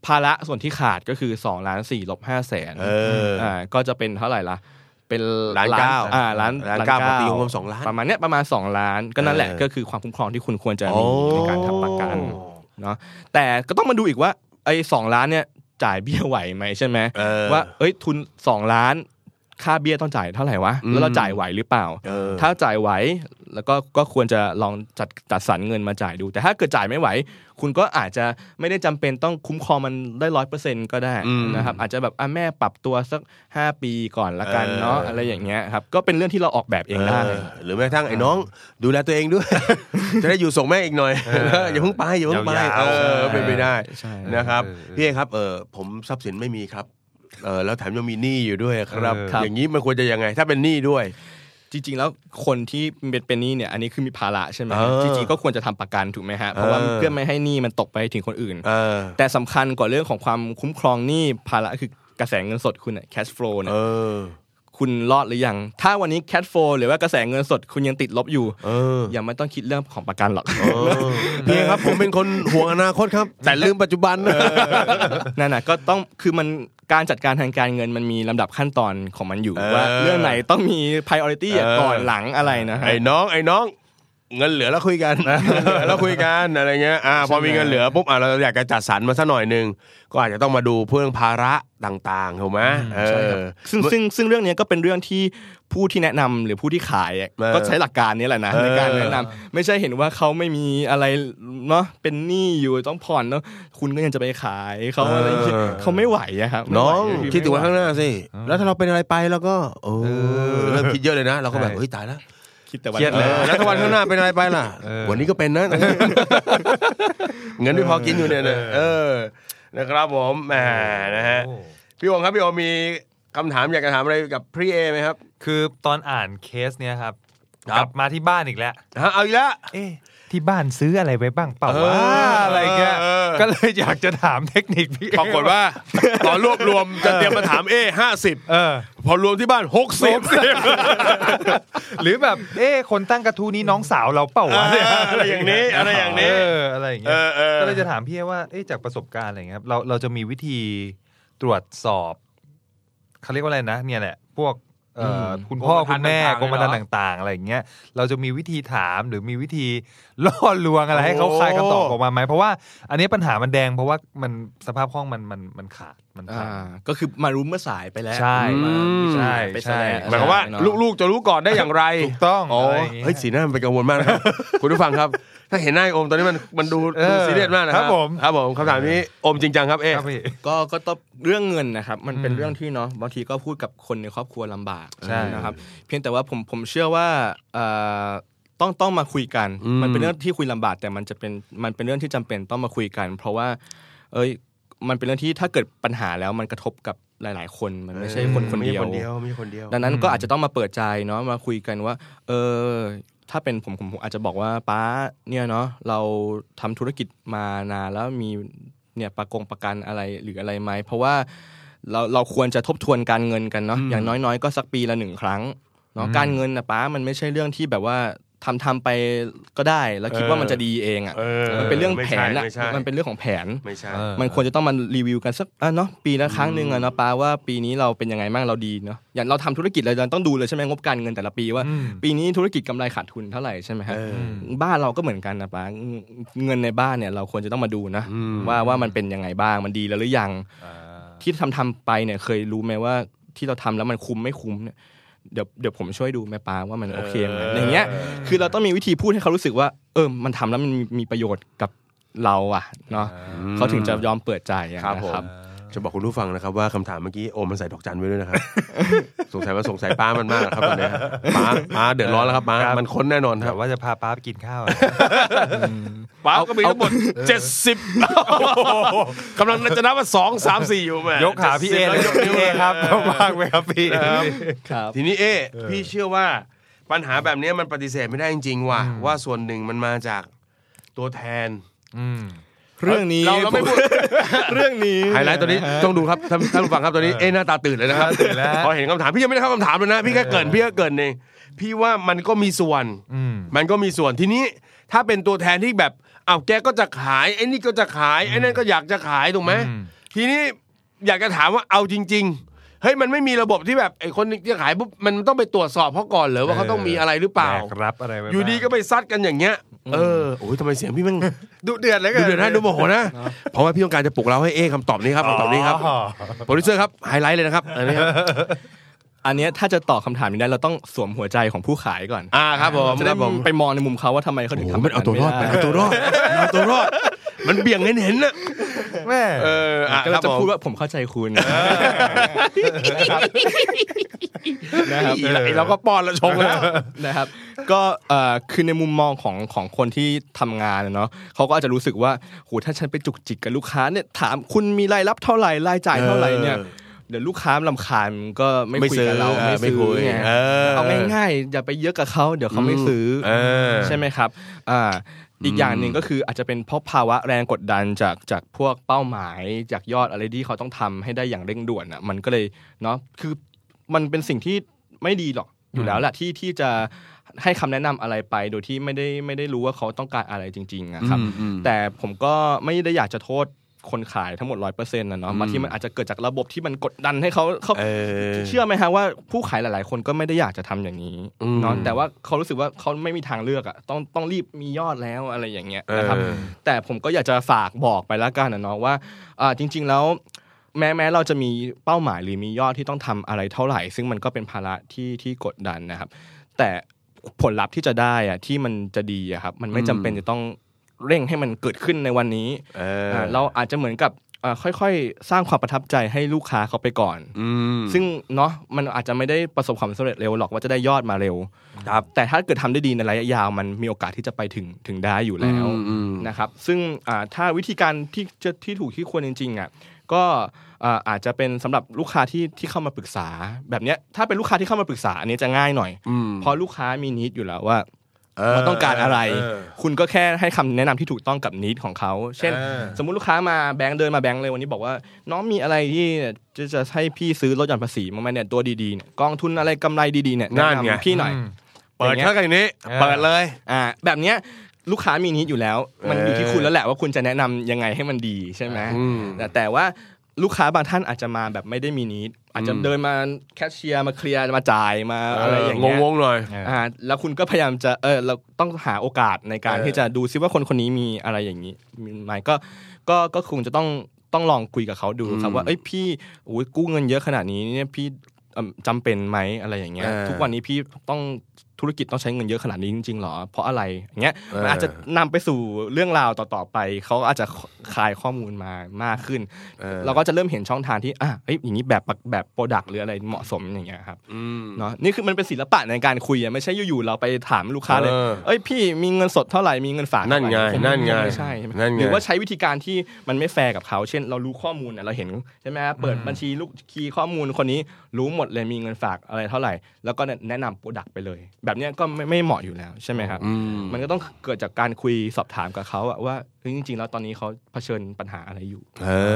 ภาระส่วนที่ขาดก็คือ2.4 ล้านลบ500,000ก็จะเป็นเท่าไหร่ล่ะเป็น 1.9 ล้านปีรวม2 ล้านประมาณเนี้ยประมาณ2 ล้านก็นั่นแหละก็คือความคุ้มครองที่คุณควรจะมีในการทำประกันเนาะแต่ก็ต้องมาดูอีกว่าไอ้2 ล้านเนี่ยจ่ายเบี้ยไหวไหมใช่ไหมว่าทุน2 ล้านค่าเบี้ยต้องจ่ายเท่าไหร่วะแล้วเราจ่ายไหวหรือเปล่าถ้าจ่ายไหวแล้วก็ควรจะลองจัดสรรเงินมาจ่ายดูแต่ถ้าเกิดจ่ายไม่ไหวคุณก็อาจจะไม่ได้จำเป็นต้องคุ้มครองมันได้ 100% ก็ได้นะครับอาจจะแบบแม่ปรับตัวสัก5 ปีก่อนละกันเนาะอะไรอย่างเงี้ยครับก็เป็นเรื่องที่เราออกแบบเองได้หรือแม้กระทั่งไอ้น้องดูแลตัวเองด้วยจะได้อยู่ส่งแม่อีกหน่อยอย่าเพิ่งไปเป็นไปได้นะครับพี่เอกครับผมทรัพย์สินไม่มีครับแล้วแถมยังมีหนี้อยู่ด้วยครับอย่างนี้มันควรจะยังไงถ้าเป็นหนี้ด้วยจริงๆแล้วคนที่เป็นหนี้เนี่ยอันนี้คือมีภาระใช่ไหมจริงๆก็ควรจะทำประกันถูกไหมฮะเพราะว่าเพื่อไม่ให้หนี้มันตกไปถึงคนอื่นแต่สำคัญกว่าเรื่องของความคุ้มครองหนี้ภาระคือกระแสเงินสดคุณcash flow เนี่ยคุณรอดหรือยังถ้าวันนี้ cash flow หรือว่ากระแสเงินสดคุณยังติดลบอยู่ยังไม่ต้องคิดเรื่องของประกันหรอกพี่ครับผมเป็นคนห่วงอนาคตครับแต่ลืมปัจจุบันนั่นน่ะก็ต้องคือมันการจัดการทางการเงินมันมีลำดับขั้นตอนของมันอยู่ว่าเรื่องไหนต้องมี priority ก่อนหลังอะไรนะไอ้น้องเงินเหลือแล้วคุยกันอะไรเงี้ยพอมีเงินเหลือปุ๊บเราอยากจะจัดสรรมาสักหน่อยนึงก็อาจจะต้องมาดูเรื่องภาระต่างๆถูกไหมซึ่งเรื่องนี้ก็เป็นเรื่องที่ผู้ที่แนะนำหรือผู้ที่ขายก็ใช้หลักการนี้แหละนะในการแนะนำไม่ใช่เห็นว่าเขาไม่มีอะไรเนาะเป็นหนี้อยู่ต้องผ่อนแล้วคุณก็ยังจะไปขายเขาอะไรเขาไม่ไหวอะครับน้องคิดถึงวันข้างหน้าสิแล้วถ้าเราเป็นอะไรไปแล้วก็เริ่มคิดเยอะเลยนะเราก็แบบเฮ้ยตายแล้วเครียดเลยแล้วถ้าวันข้างหน้าเป็นอะไรไปล่ะวันนี้ก็เป็นนะเงินไม่พอกินอยู่เนี่ยนะครับผมแหมนะฮะพี่โอมครับพี่โอมมีคำถามอยากจะถามอะไรกับพี่เอไหมครับคือตอนอ่านเคสเนี้ยครับกลับมาที่บ้านอีกแล้วเอาอีกแล้วที่บ้านซื้ออะไรไว้บ้างเปล่าวะอะไรเงี้ยก็เลยอยากจะถามเทคนิคพี่ปรากฏว่าตอนรวบรวมจะเตรียมมาถาม50พอรวมที่บ้าน60 หรือแบบคนตั้งกระทู้นี้น้องสาวเราเปล่าวะอะไรอย่างนี้อะไรอย่างเงี้ยก็เลยจะถามพี่ว่าจากประสบการณ์อะไรเงี้ยครับเราจะมีวิธีตรวจสอบเขาเรียกว่าอะไรนะเนี่ยแหละพวกคุณพ่อคุณแม่กรมธรรม์ต่างๆอะไรอย่างเงี้ยเราจะมีวิธีถามหรือมีวิธีล่อลวงอะไรให้เขาคลายคำตอบออกมาไหมเพราะว่าอันนี้ปัญหามันแดงเพราะว่ามันสภาพคล่องมันขาดก็คือมารู้เมื่อสายไปแล้วใช่หมายความว่าลูกๆจะรู้ก่อนได้อย่างไรถูกต้องเฮ้ยสีหน้ามันเป็นกังวลมากนะครับคุณผู้ฟังครับถ้าเห็นหน้าโอมตอนนี้มันดูซีเรียสมากนะครับผมคำถามนี้โอมจริงจังครับก็ต้องเรื่องเงินนะครับมันเป็นเรื่องที่เนาะบางทีก็พูดกับคนในครอบครัวลำบากนะครับเพียงแต่ว่าผมเชื่อว่าต้องมาคุยกันมันเป็นเรื่องที่คุยลำบากแต่มันเป็นเรื่องที่จำเป็นต้องมาคุยกันเพราะว่ามันเป็นเรื่องที่ถ้าเกิดปัญหาแล้วมันกระทบกับหลายๆคนมันไม่ใช่คนเดียวดังนั้นก็อาจจะต้องมาเปิดใจเนาะมาคุยกันว่าถ้าเป็นผมอาจจะบอกว่าป้าเนี่ยเนาะเราทำธุรกิจมานานแล้วมีเนี่ยประกันอะไรหรืออะไรไหมเพราะว่าเราควรจะทบทวนการเงินกันเนาะอย่างน้อยๆก็สักปีละ1 ครั้งเนาะการเงินนะป้ามันไม่ใช่เรื่องที่แบบว่าทำไปก็ได้แล้วคิดว่ามันจะดีเองอ่ะมันเป็นเรื่องแผนอ่ะมันเป็นเรื่องของแผนมันควรจะต้องมารีวิวกันสักเนาะปีละครั้งนึงอ่ะเนาะป้าว่าปีนี้เราเป็นยังไงบ้างเราดีเนาะอย่างเราทำธุรกิจเราต้องดูเลยใช่ไหมงบการเงินแต่ละปีว่าปีนี้ธุรกิจกำไรขาดทุนเท่าไหร่ใช่ไหมครับบ้านเราก็เหมือนกันนะป้าเงินในบ้านเนี่ยเราควรจะต้องมาดูนะว่ามันเป็นยังไงบ้างมันดีแล้วหรือยังที่ทำไปเนี่ยเคยรู้ไหมว่าที่เราทำแล้วมันคุ้มไม่คุ้มเนี่ยเดี๋ยวผมช่วยดูแม่ป้าว่ามันโอเคไหมอย่างเงี้ยคือเราต้องมีวิธีพูดให้เขารู้สึกว่ามันทำแล้วมันมีประโยชน์กับเราอ่ะเนาะเขาถึงจะยอมเปิดใจนะครับจะบอกคุณผู้ฟังนะครับว่าคำถามเมื่อกี้โอมมันใส่ดอกจันไว้ด้วยนะครับสงสัยป้ามันมากครับตอนนี้ป้าเดือดร้อนแล้วครับป้ามันค้นแน่นอนครับว่าจะพาป้าไปกินข้าวป้าก็มีทั้งหมด70กำลังจะนับว่า2 3 4อยู่แม่ยกขาพี่เอครับมากไปครับพี่ทีนี้พี่เชื่อว่าปัญหาแบบนี้มันปฏิเสธไม่ได้จริงๆว่าส่วนหนึ่งมันมาจากตัวแทนเรื่องนี้เราไม่พูดเรื่องนี้ไฮไลท์ตัวนี้ต้องดูครับท่านผู้ฟังครับตัวนี้หน้าตาตื่นเลยนะครับพอเห็นคำถามพี่ยังไม่ได้เข้าคำถามเลยนะพี่แค่เกินเองพี่ว่ามันก็มีส่วนทีนี้ถ้าเป็นตัวแทนที่แบบอ้าวแกก็จะขายไอ้นี่ก็จะขายไอ้นั่นก็อยากจะขายถูกไหมทีนี้อยากจะถามว่าเอาจริงๆเฮ้ยมันไม่มีระบบที่แบบไอ้คนที่ขายปุ๊บมันต้องไปตรวจสอบเขาก่อนเหรอว่าเขาต้องมีอะไรหรือเปล่ารับอะไรอยู่ดีก็ไปซัดกันอย่างเงี้ยโอ้ยทำไมเสียงพี่มันดุเดือดเลยกันดุเดือดนะดูโมโหนะเพราะว่าพี่ต้องการจะปลุกเราให้คำตอบนี้ครับคำตอบนี้ครับโปรดิวเซอร์ครับไฮไลท์เลยนะครับอันนี้อันนี้ถ้าจะตอบคำถามนี้ได้เราต้องสวมหัวใจของผู้ขายก่อนครับผมจะได้ไปมองในมุมเขาว่าทำไมเขาถึงทำมันเอาตัวรอดเอาตัวรอดเอาตัวรอดมันเบี่ยงเห็นนะแม่ก็จะพูดว่าผมเข้าใจคุณนะครับเราก็ป้อนแล้วชงแล้วนะครับก็คือในมุมมองของคนที่ทำงานเนาะเขาก็อาจจะรู้สึกว่าโหถ้าฉันไปจุกจิกกับลูกค้าเนี่ยถามคุณมีรายรับเท่าไหร่รายจ่ายเท่าไหร่เนี่ยเดี๋ยวลูกค้ารำคาญก็ไม่คุยกับเราไม่ซื้อไงเอาง่ายๆอย่าไปเยอะกับเขาเดี๋ยวเขาไม่ซื้อใช่ไหมครับอีกอย่างหนึ่งก็คืออาจจะเป็นเพราะภาวะแรงกดดันจากพวกเป้าหมายจากยอดอะไรที่เขาต้องทำให้ได้อย่างเร่งด่วนอ่ะมันก็เลยเนาะคือมันเป็นสิ่งที่ไม่ดีหรอกอยู่แล้วแหละที่จะให้คำแนะนำอะไรไปโดยที่ไม่ได้รู้ว่าเขาต้องการอะไรจริงๆนะครับแต่ผมก็ไม่ได้อยากจะโทษคนขายทั้งหมด 100% นะเนาะบางทีมันอาจจะเกิดจากระบบที่มันกดดันให้เขาเชื่อไหมฮะว่าผู้ขายหลายๆคนก็ไม่ได้อยากจะทำอย่างนี้เนาะแต่ว่าเขารู้สึกว่าเขาไม่มีทางเลือกอ่ะต้องรีบมียอดแล้วอะไรอย่างเงี้ยนะครับแต่ผมก็อยากจะฝากบอกไปแล้วกันนะเนาะว่าจริงๆแล้วแม้เราจะมีเป้าหมายหรือมียอดที่ต้องทำอะไรเท่าไหร่ซึ่งมันก็เป็นภาระที่กดดันนะครับแต่ผลลัพธ์ที่จะได้อ่ะที่มันจะดีอ่ะครับมันไม่จำเป็นจะต้องเร่งให้มันเกิดขึ้นในวันนี้เราอาจจะเหมือนกับค่อยๆสร้างความประทับใจให้ลูกค้าเขาไปก่อนซึ่งเนาะมันอาจจะไม่ได้ประสบความสำเร็จเร็วหรอกว่าจะได้ยอดมาเร็วแต่ถ้าเกิดทำได้ดีในระยะยาวมันมีโอกาสที่จะไปถึงได้อยู่แล้วนะครับซึ่งถ้าวิธีการที่ถูกที่ควรจริงๆอ่ะก็อาจจะเป็นสำหรับลูกค้าที่เข้ามาปรึกษาแบบเนี้ยถ้าเป็นลูกค้าที่เข้ามาปรึกษาอันนี้จะง่ายหน่อยเพราะลูกค้ามีนิดอยู่แล้วว่าต้องการอะไรคุณก็แค่ให้คำแนะนำที่ถูกต้องกับนิดของเขาเช่นสมมุติลูกค้ามาแบงค์เดินมาแบงค์เลยวันนี้บอกว่าน้องมีอะไรที่จะให้พี่ซื้อลดหย่อนภาษีมั้ยเนี่ยตัวดีๆเนี่ยกองทุนอะไรกำไรดีๆเนี่ยแนะนำพี่หน่อยเปิดแค่อย่างนี้เปิดเลยแบบเนี้ยลูกค้ามีนิดอยู่แล้วมันอยู่ที่คุณแล้วแหละว่าคุณจะแนะนำยังไงให้มันดีใช่ไหมแต่ว่าลูกค้าบางท่านอาจจะมาแบบไม่ได้มีนิดอาจจะเดินมาแคชเชียร์มาเคลียร์มาจ่ายมาอะไรอย่างเงี้ยงงๆหน่อยแล้วคุณก็พยายามจะเราต้องหาโอกาสในการที่จะดูซิว่าคนนี้มีอะไรอย่างนี้ไหมก็คงจะต้องลองคุยกับเขาดูครับว่าพี่กู้เงินเยอะขนาดนี้เนี่ยพี่จำเป็นไหมอะไรอย่างเงี้ยทุกวันนี้พี่ต้องธุรกิจต้องใช้เงินเยอะขนาดนี้จริงๆหรอเพราะอะไรอย่างเงี้ยมันอาจจะนำไปสู่เรื่องราวต่อๆไปเขาอาจจะคลายข้อมูลมามากขึ้นเราก็จะเริ่มเห็นช่องทางที่อย่างนี้แบบโปรดักต์หรืออะไรเหมาะสมอย่างเงี้ยครับเนาะนี่คือมันเป็นศิลปะในการคุยไม่ใช่อยู่ๆเราไปถามลูกค้าเลยพี่มีเงินสดเท่าไหร่มีเงินฝากนั่นไงไม่ใช่หรือว่าใช้วิธีการที่มันไม่แฟร์กับเขาเช่นเรารู้ข้อมูลเราเห็นใช่ไหมเปิดบัญชีลูกคีย์ข้อมูลคนนี้รู้หมดเลยมีเงินฝากอะไรเท่าไหร่แล้วก็แนะนำโปรดักต์ไปเลยแบบนี้ก็ไม่เหมาะอยู่แล้วใช่ไหมครับมันก็ต้องเกิดจากการคุยสอบถามกับเขาว่าจริงๆแล้วตอนนี้เขาเผชิญปัญหาอะไรอยู่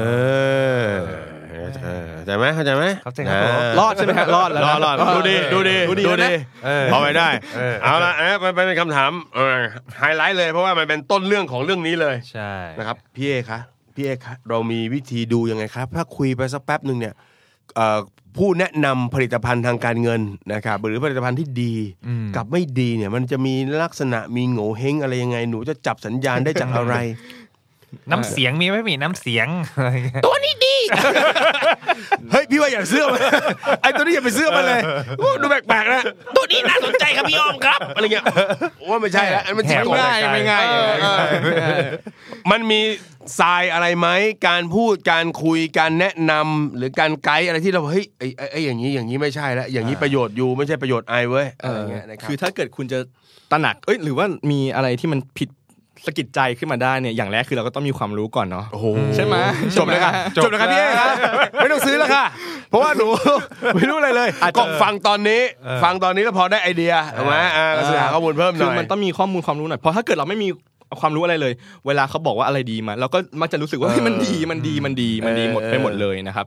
เข้าใจไหมเข้าใจไหมรอดใช่ไหมครับรอดดูดีพอไปได้เอาละเป็นคำถามไฮไลท์เลยเพราะว่ามันเป็นต้นเรื่องของเรื่องนี้เลยใช่นะครับพี่เอคะเรามีวิธีดูยังไงครับถ้าคุยไปสักแป๊บนึงเนี่ยผู้แนะนำผลิตภัณฑ์ทางการเงินนะครับหรือผลิตภัณฑ์ที่ดีกับไม่ดีเนี่ยมันจะมีลักษณะมีโง่เฮงอะไรยังไงหนูจะจับสัญญาณได้จากอะไรน้ำเสียงมีไหมมีน้ำเสียงตัวนี้ดีเฮ้ยพี่ว่าอย่าเสื้อมันไอ้ตัวนี้อย่าไปเสื้อมันเลยดูแปลกๆนะตัวนี้น่าสนใจครับพี่อ้อมครับอะไรเงี้ยว่าไม่ใช่แล้วมันไม่ง่ายมันมีทรายอะไรไหมการพูดการคุยการแนะนำหรือการไกด์อะไรที่เราเฮ้ยไอ้อย่างนี้ไม่ใช่แล้วอย่างนี้ประโยชน์อยู่ไม่ใช่ประโยชน์ไอเว้ยอะไรเงี้ยคือถ้าเกิดคุณจะตระหนักหรือว่ามีอะไรที่มันผิดสะกิดใจขึ้นมาได้เนี่ยอย่างแรกคือเราก็ต้องมีความรู้ก่อนเนาะใช่ไหมจบเลยครับพี่เอ๋ครับไม่ต้องซื้อแล้วค่ะเพราะว่าหนูไม่รู้อะไรเลยก็ฟังตอนนี้แล้วพอได้ไอเดียถูกไหมศึกษาข้อมูลเพิ่มหน่อยคือมันต้องมีข้อมูลความรู้หน่อยเพราะถ้าเกิดเราไม่มีความรู้อะไรเลยเวลาเขาบอกว่าอะไรดีมาเราก็มักจะรู้สึกว่ามันดีหมดไปหมดเลยนะครับ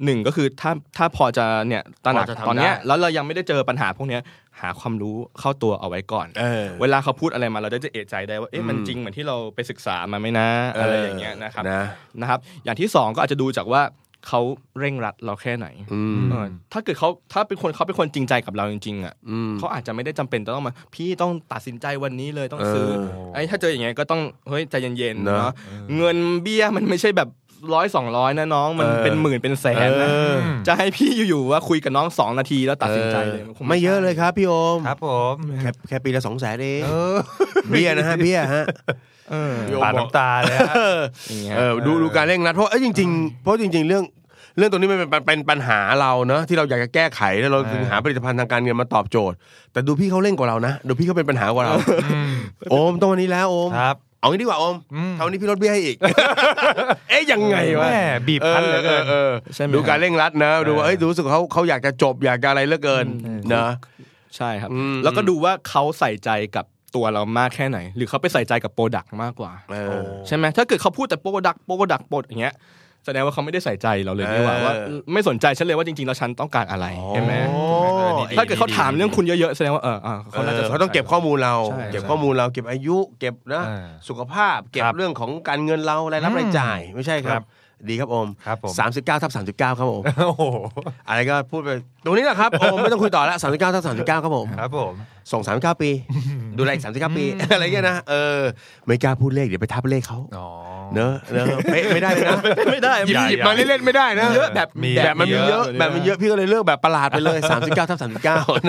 1ก็คือถ้าพอจะเนี่ยตระหนักตอนเนี้ยแล้วเรายังไม่ได้เจอปัญหาพวกเนี้ยหาความรู้เข้าตัวเอาไว้ก่อนเวลาเขาพูดอะไรมาเราจะเอะใจได้ว่าเอ๊ะมันจริงเหมือนที่เราไปศึกษามาไหมนะอะไรอย่างเงี้ยนะครับอย่างที่2ก็อาจจะดูจากว่าเขาเร่งรัดเราแค่ไหนถ้าเกิดเขาเป็นคนจริงใจกับเราจริงๆอ่ะเขาอาจจะไม่ได้จำเป็นต้องมาพี่ต้องตัดสินใจวันนี้เลยต้องซื้อถ้าเจออย่างเงี้ยก็ต้องเฮ้ยใจเย็นๆเนาะเงินเบี้ยมันไม่ใช่แบบ100-200นะน้องมันเป็นหมื่นเป็นแสนนะจะให้พี่อยู่ๆว่าคุยกับน้อง2นาทีแล้วตัดสินใจเลยไม่เยอะเลยครับพี่โอมครับผมแค่ปีละ200,000เองเบี้ยนะฮะเบี้ยฮะปาดน้ำตาเลยฮะดูการเร่งรัดเพราะจริงๆเรื่องตรงนี้มันเป็นปัญหาเราเนอะที่เราอยากจะแก้ไขแล้วเราถึงหาผลิตภัณฑ์ทางการเงินมาตอบโจทย์แต่ดูพี่เขาเร่งกว่าเรานะดูพี่เขาเป็นปัญหา กว่าเราโอมต้องวันนี้แล้วโอมเอางี้ดีกว่าโอมเท่านี้พี่ลดเบี้ยให้อีกเอ๊ะยังไงวะบีบคั้นเหลือเกินดูการเร่งรัดนะดูว่ารู้สึกเขาอยากจะจบอยากจะอะไรเหลือเกินนะใช่ครับแล้วก็ดูว่าเขาใส่ใจกับตัวเรามากแค่ไหนหรือเขาไปใส่ใจกับโปรดักต์มากกว่าใช่ไหมถ้าเกิดเขาพูดแต่โปรดักต์อย่างเงี้ยแสดงว่าเขาไม่ได้ใส่ใจเราเลยนี่ว่าไม่สนใจฉันเลยว่าจริงๆแล้วฉันต้องการอะไรใช่ไหมถ้าเกิดเขาถามเรื่องคุณเยอะๆแสดงว่าเขาต้องเก็บข้อมูลเราเก็บข้อมูลเราเก็บอายุเก็บนะสุขภาพเก็บเรื่องของการเงินเรารายรับรายจ่ายไม่ใช่ครับดีครับโอม39/39ครับผมอะไรก็พูดไปตรงนี้แหละครับโอมไม่ต้องคุยต่อแล้ว39/39ครับผมครับผมส่ง39 ปีดูแลอีก39 ปีอะไรเงี้ยนะไม่กล้าพูดเลขเดี๋ยวไปทับเลขเขาเนอะไม่ได้เลยนะไม่ได้หยิบมาเล่นๆไม่ได้นะเยอะแบบมันมีเยอะแบบมันเยอะพี่ก็เลยเลือกแบบประหลาดไปเลย39/39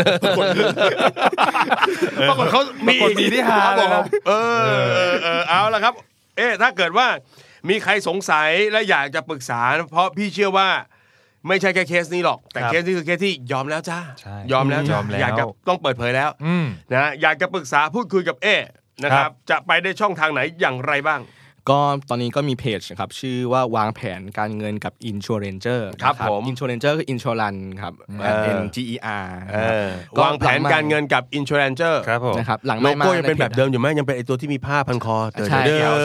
ปรากฏเขามีที่หาเลยนะเอาละครับถ้าเกิดว่ามีใครสงสัยและอยากจะปรึกษาเพราะพี่เชื่อว่าไม่ใช่แค่เคสนี้หรอกแต่เคสนี้คือเคสที่ยอมแล้วจ้ายอมแล้วอยากจะต้องเปิดเผยแล้วนะอยากจะปรึกษาพูดคุยกับนะครับจะไปได้ช่องทางไหนอย่างไรบ้างก็ตอนนี้ก็มีเพจครับชื่อว่าวางแผนการเงินกับ Insuranger ครับผม Insuranger คือ Insurance ครับ NGER วางแผนการเงินกับ Insuranger ครับผมนะครับหลังโลโก้ยังเป็นแบบเดิมอยู่ไหมยังเป็นไอตัวที่มีผ้าพันคอใช่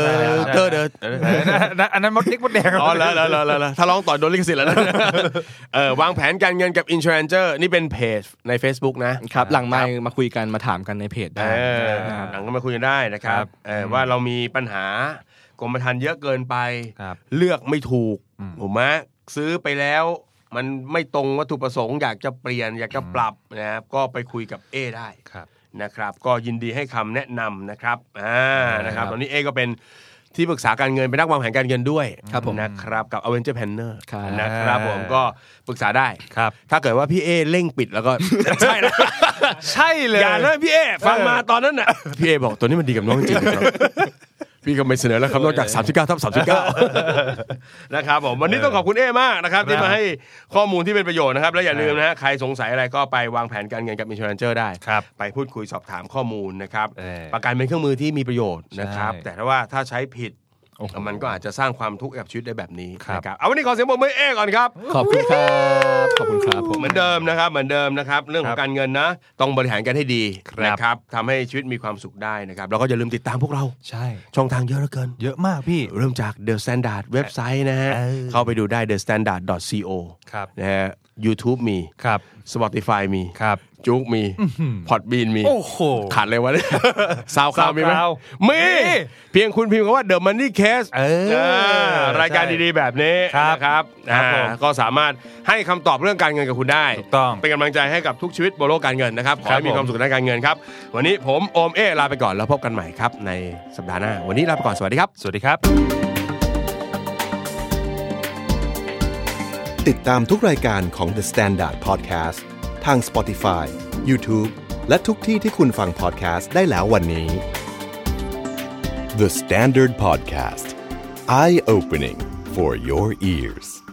อันนั้นมดเล็กมดแดงอ๋อแล้วถ้าร้องต่อโดนลิขสิทธิ์แล้วนะวางแผนการเงินกับ Insuranger นี่เป็นเพจใน Facebook นะครับหลังไมค์มาคุยกันมาถามกันในเพจได้หลังก็มาคุยกันได้นะครับว่าเรามีปัญหากรมธรรม์เยอะเกินไปเลือกไม่ถูกถูกไหมซื้อไปแล้วมันไม่ตรงวัตถุประสงค์อยากจะเปลี่ยนอยากจะปรับนะครับก็ไปคุยกับได้นะครับก็ยินดีให้คำแนะนำนะครับนะครับตอนนี้ก็เป็นที่ปรึกษาการเงินเป็นนักวางแผนการเงินด้วยนะครับกับ Avenger Planner นะครับผมก็ปรึกษาได้ถ้าเกิดว่าพี่เร่งปิดแล้วก็ใช่นะใช่เลยอย่าเลยพี่ฟังมาตอนนั้นน่ะพี่บอกตัวนี้มันดีกับน้องจริงครับพี่ก็ไม่เสนอแล้วครับนอกจาก39/39นะครับผมวันนี้ต้องขอบคุณมากนะครับที่มาให้ข้อมูลที่เป็นประโยชน์นะครับและอย่าลืมนะฮะใครสงสัยอะไรก็ไปวางแผนการเงินกับ Insuranger ได้ไปพูดคุยสอบถามข้อมูลนะครับประกันเป็นเครื่องมือที่มีประโยชน์นะครับแต่ถ้าใช้ผิดมันก็อาจจะสร้างความทุกข์กับชีวิตได้แบบนี้นะครับเอาวันนี้ขอเสียงปรบมือก่อนครับขอบคุณครับขอบคุณครับเหมือนเดิมนะครับเรื่องของการเงินนะต้องบริหารกันให้ดีนะครับทำให้ชีวิตมีความสุขได้นะครับแล้วก็อย่าลืมติดตามพวกเราใช่ช่องทางเยอะเหลือเกินเยอะมากพี่เริ่มจาก The Standard เว็บไซต์นะฮะเข้าไปดูได้ thestandard.co นะฮะ YouTube มีSpotify มีจุ๊กมีพอดบีนมีขาดเลยวะเนี่ยซาวคลาวมีไหมมีเพียงคุณพิมพ์คำว่า The Money Case รายการดีๆแบบนี้นะครับก็สามารถให้คำตอบเรื่องการเงินกับคุณได้เป็นกำลังใจให้กับทุกชีวิตบนโลกการเงินนะครับขอให้มีความสุขในการเงินครับวันนี้ผมโอมลาไปก่อนแล้วพบกันใหม่ครับในสัปดาห์หน้าวันนี้ลาไปก่อนสวัสดีครับสวัสดีครับติดตามทุกรายการของ The Standard Podcast ทาง Spotify, YouTube และทุกที่ที่คุณฟัง podcast ได้แล้ววันนี้ The Standard Podcast Eye Opening for your ears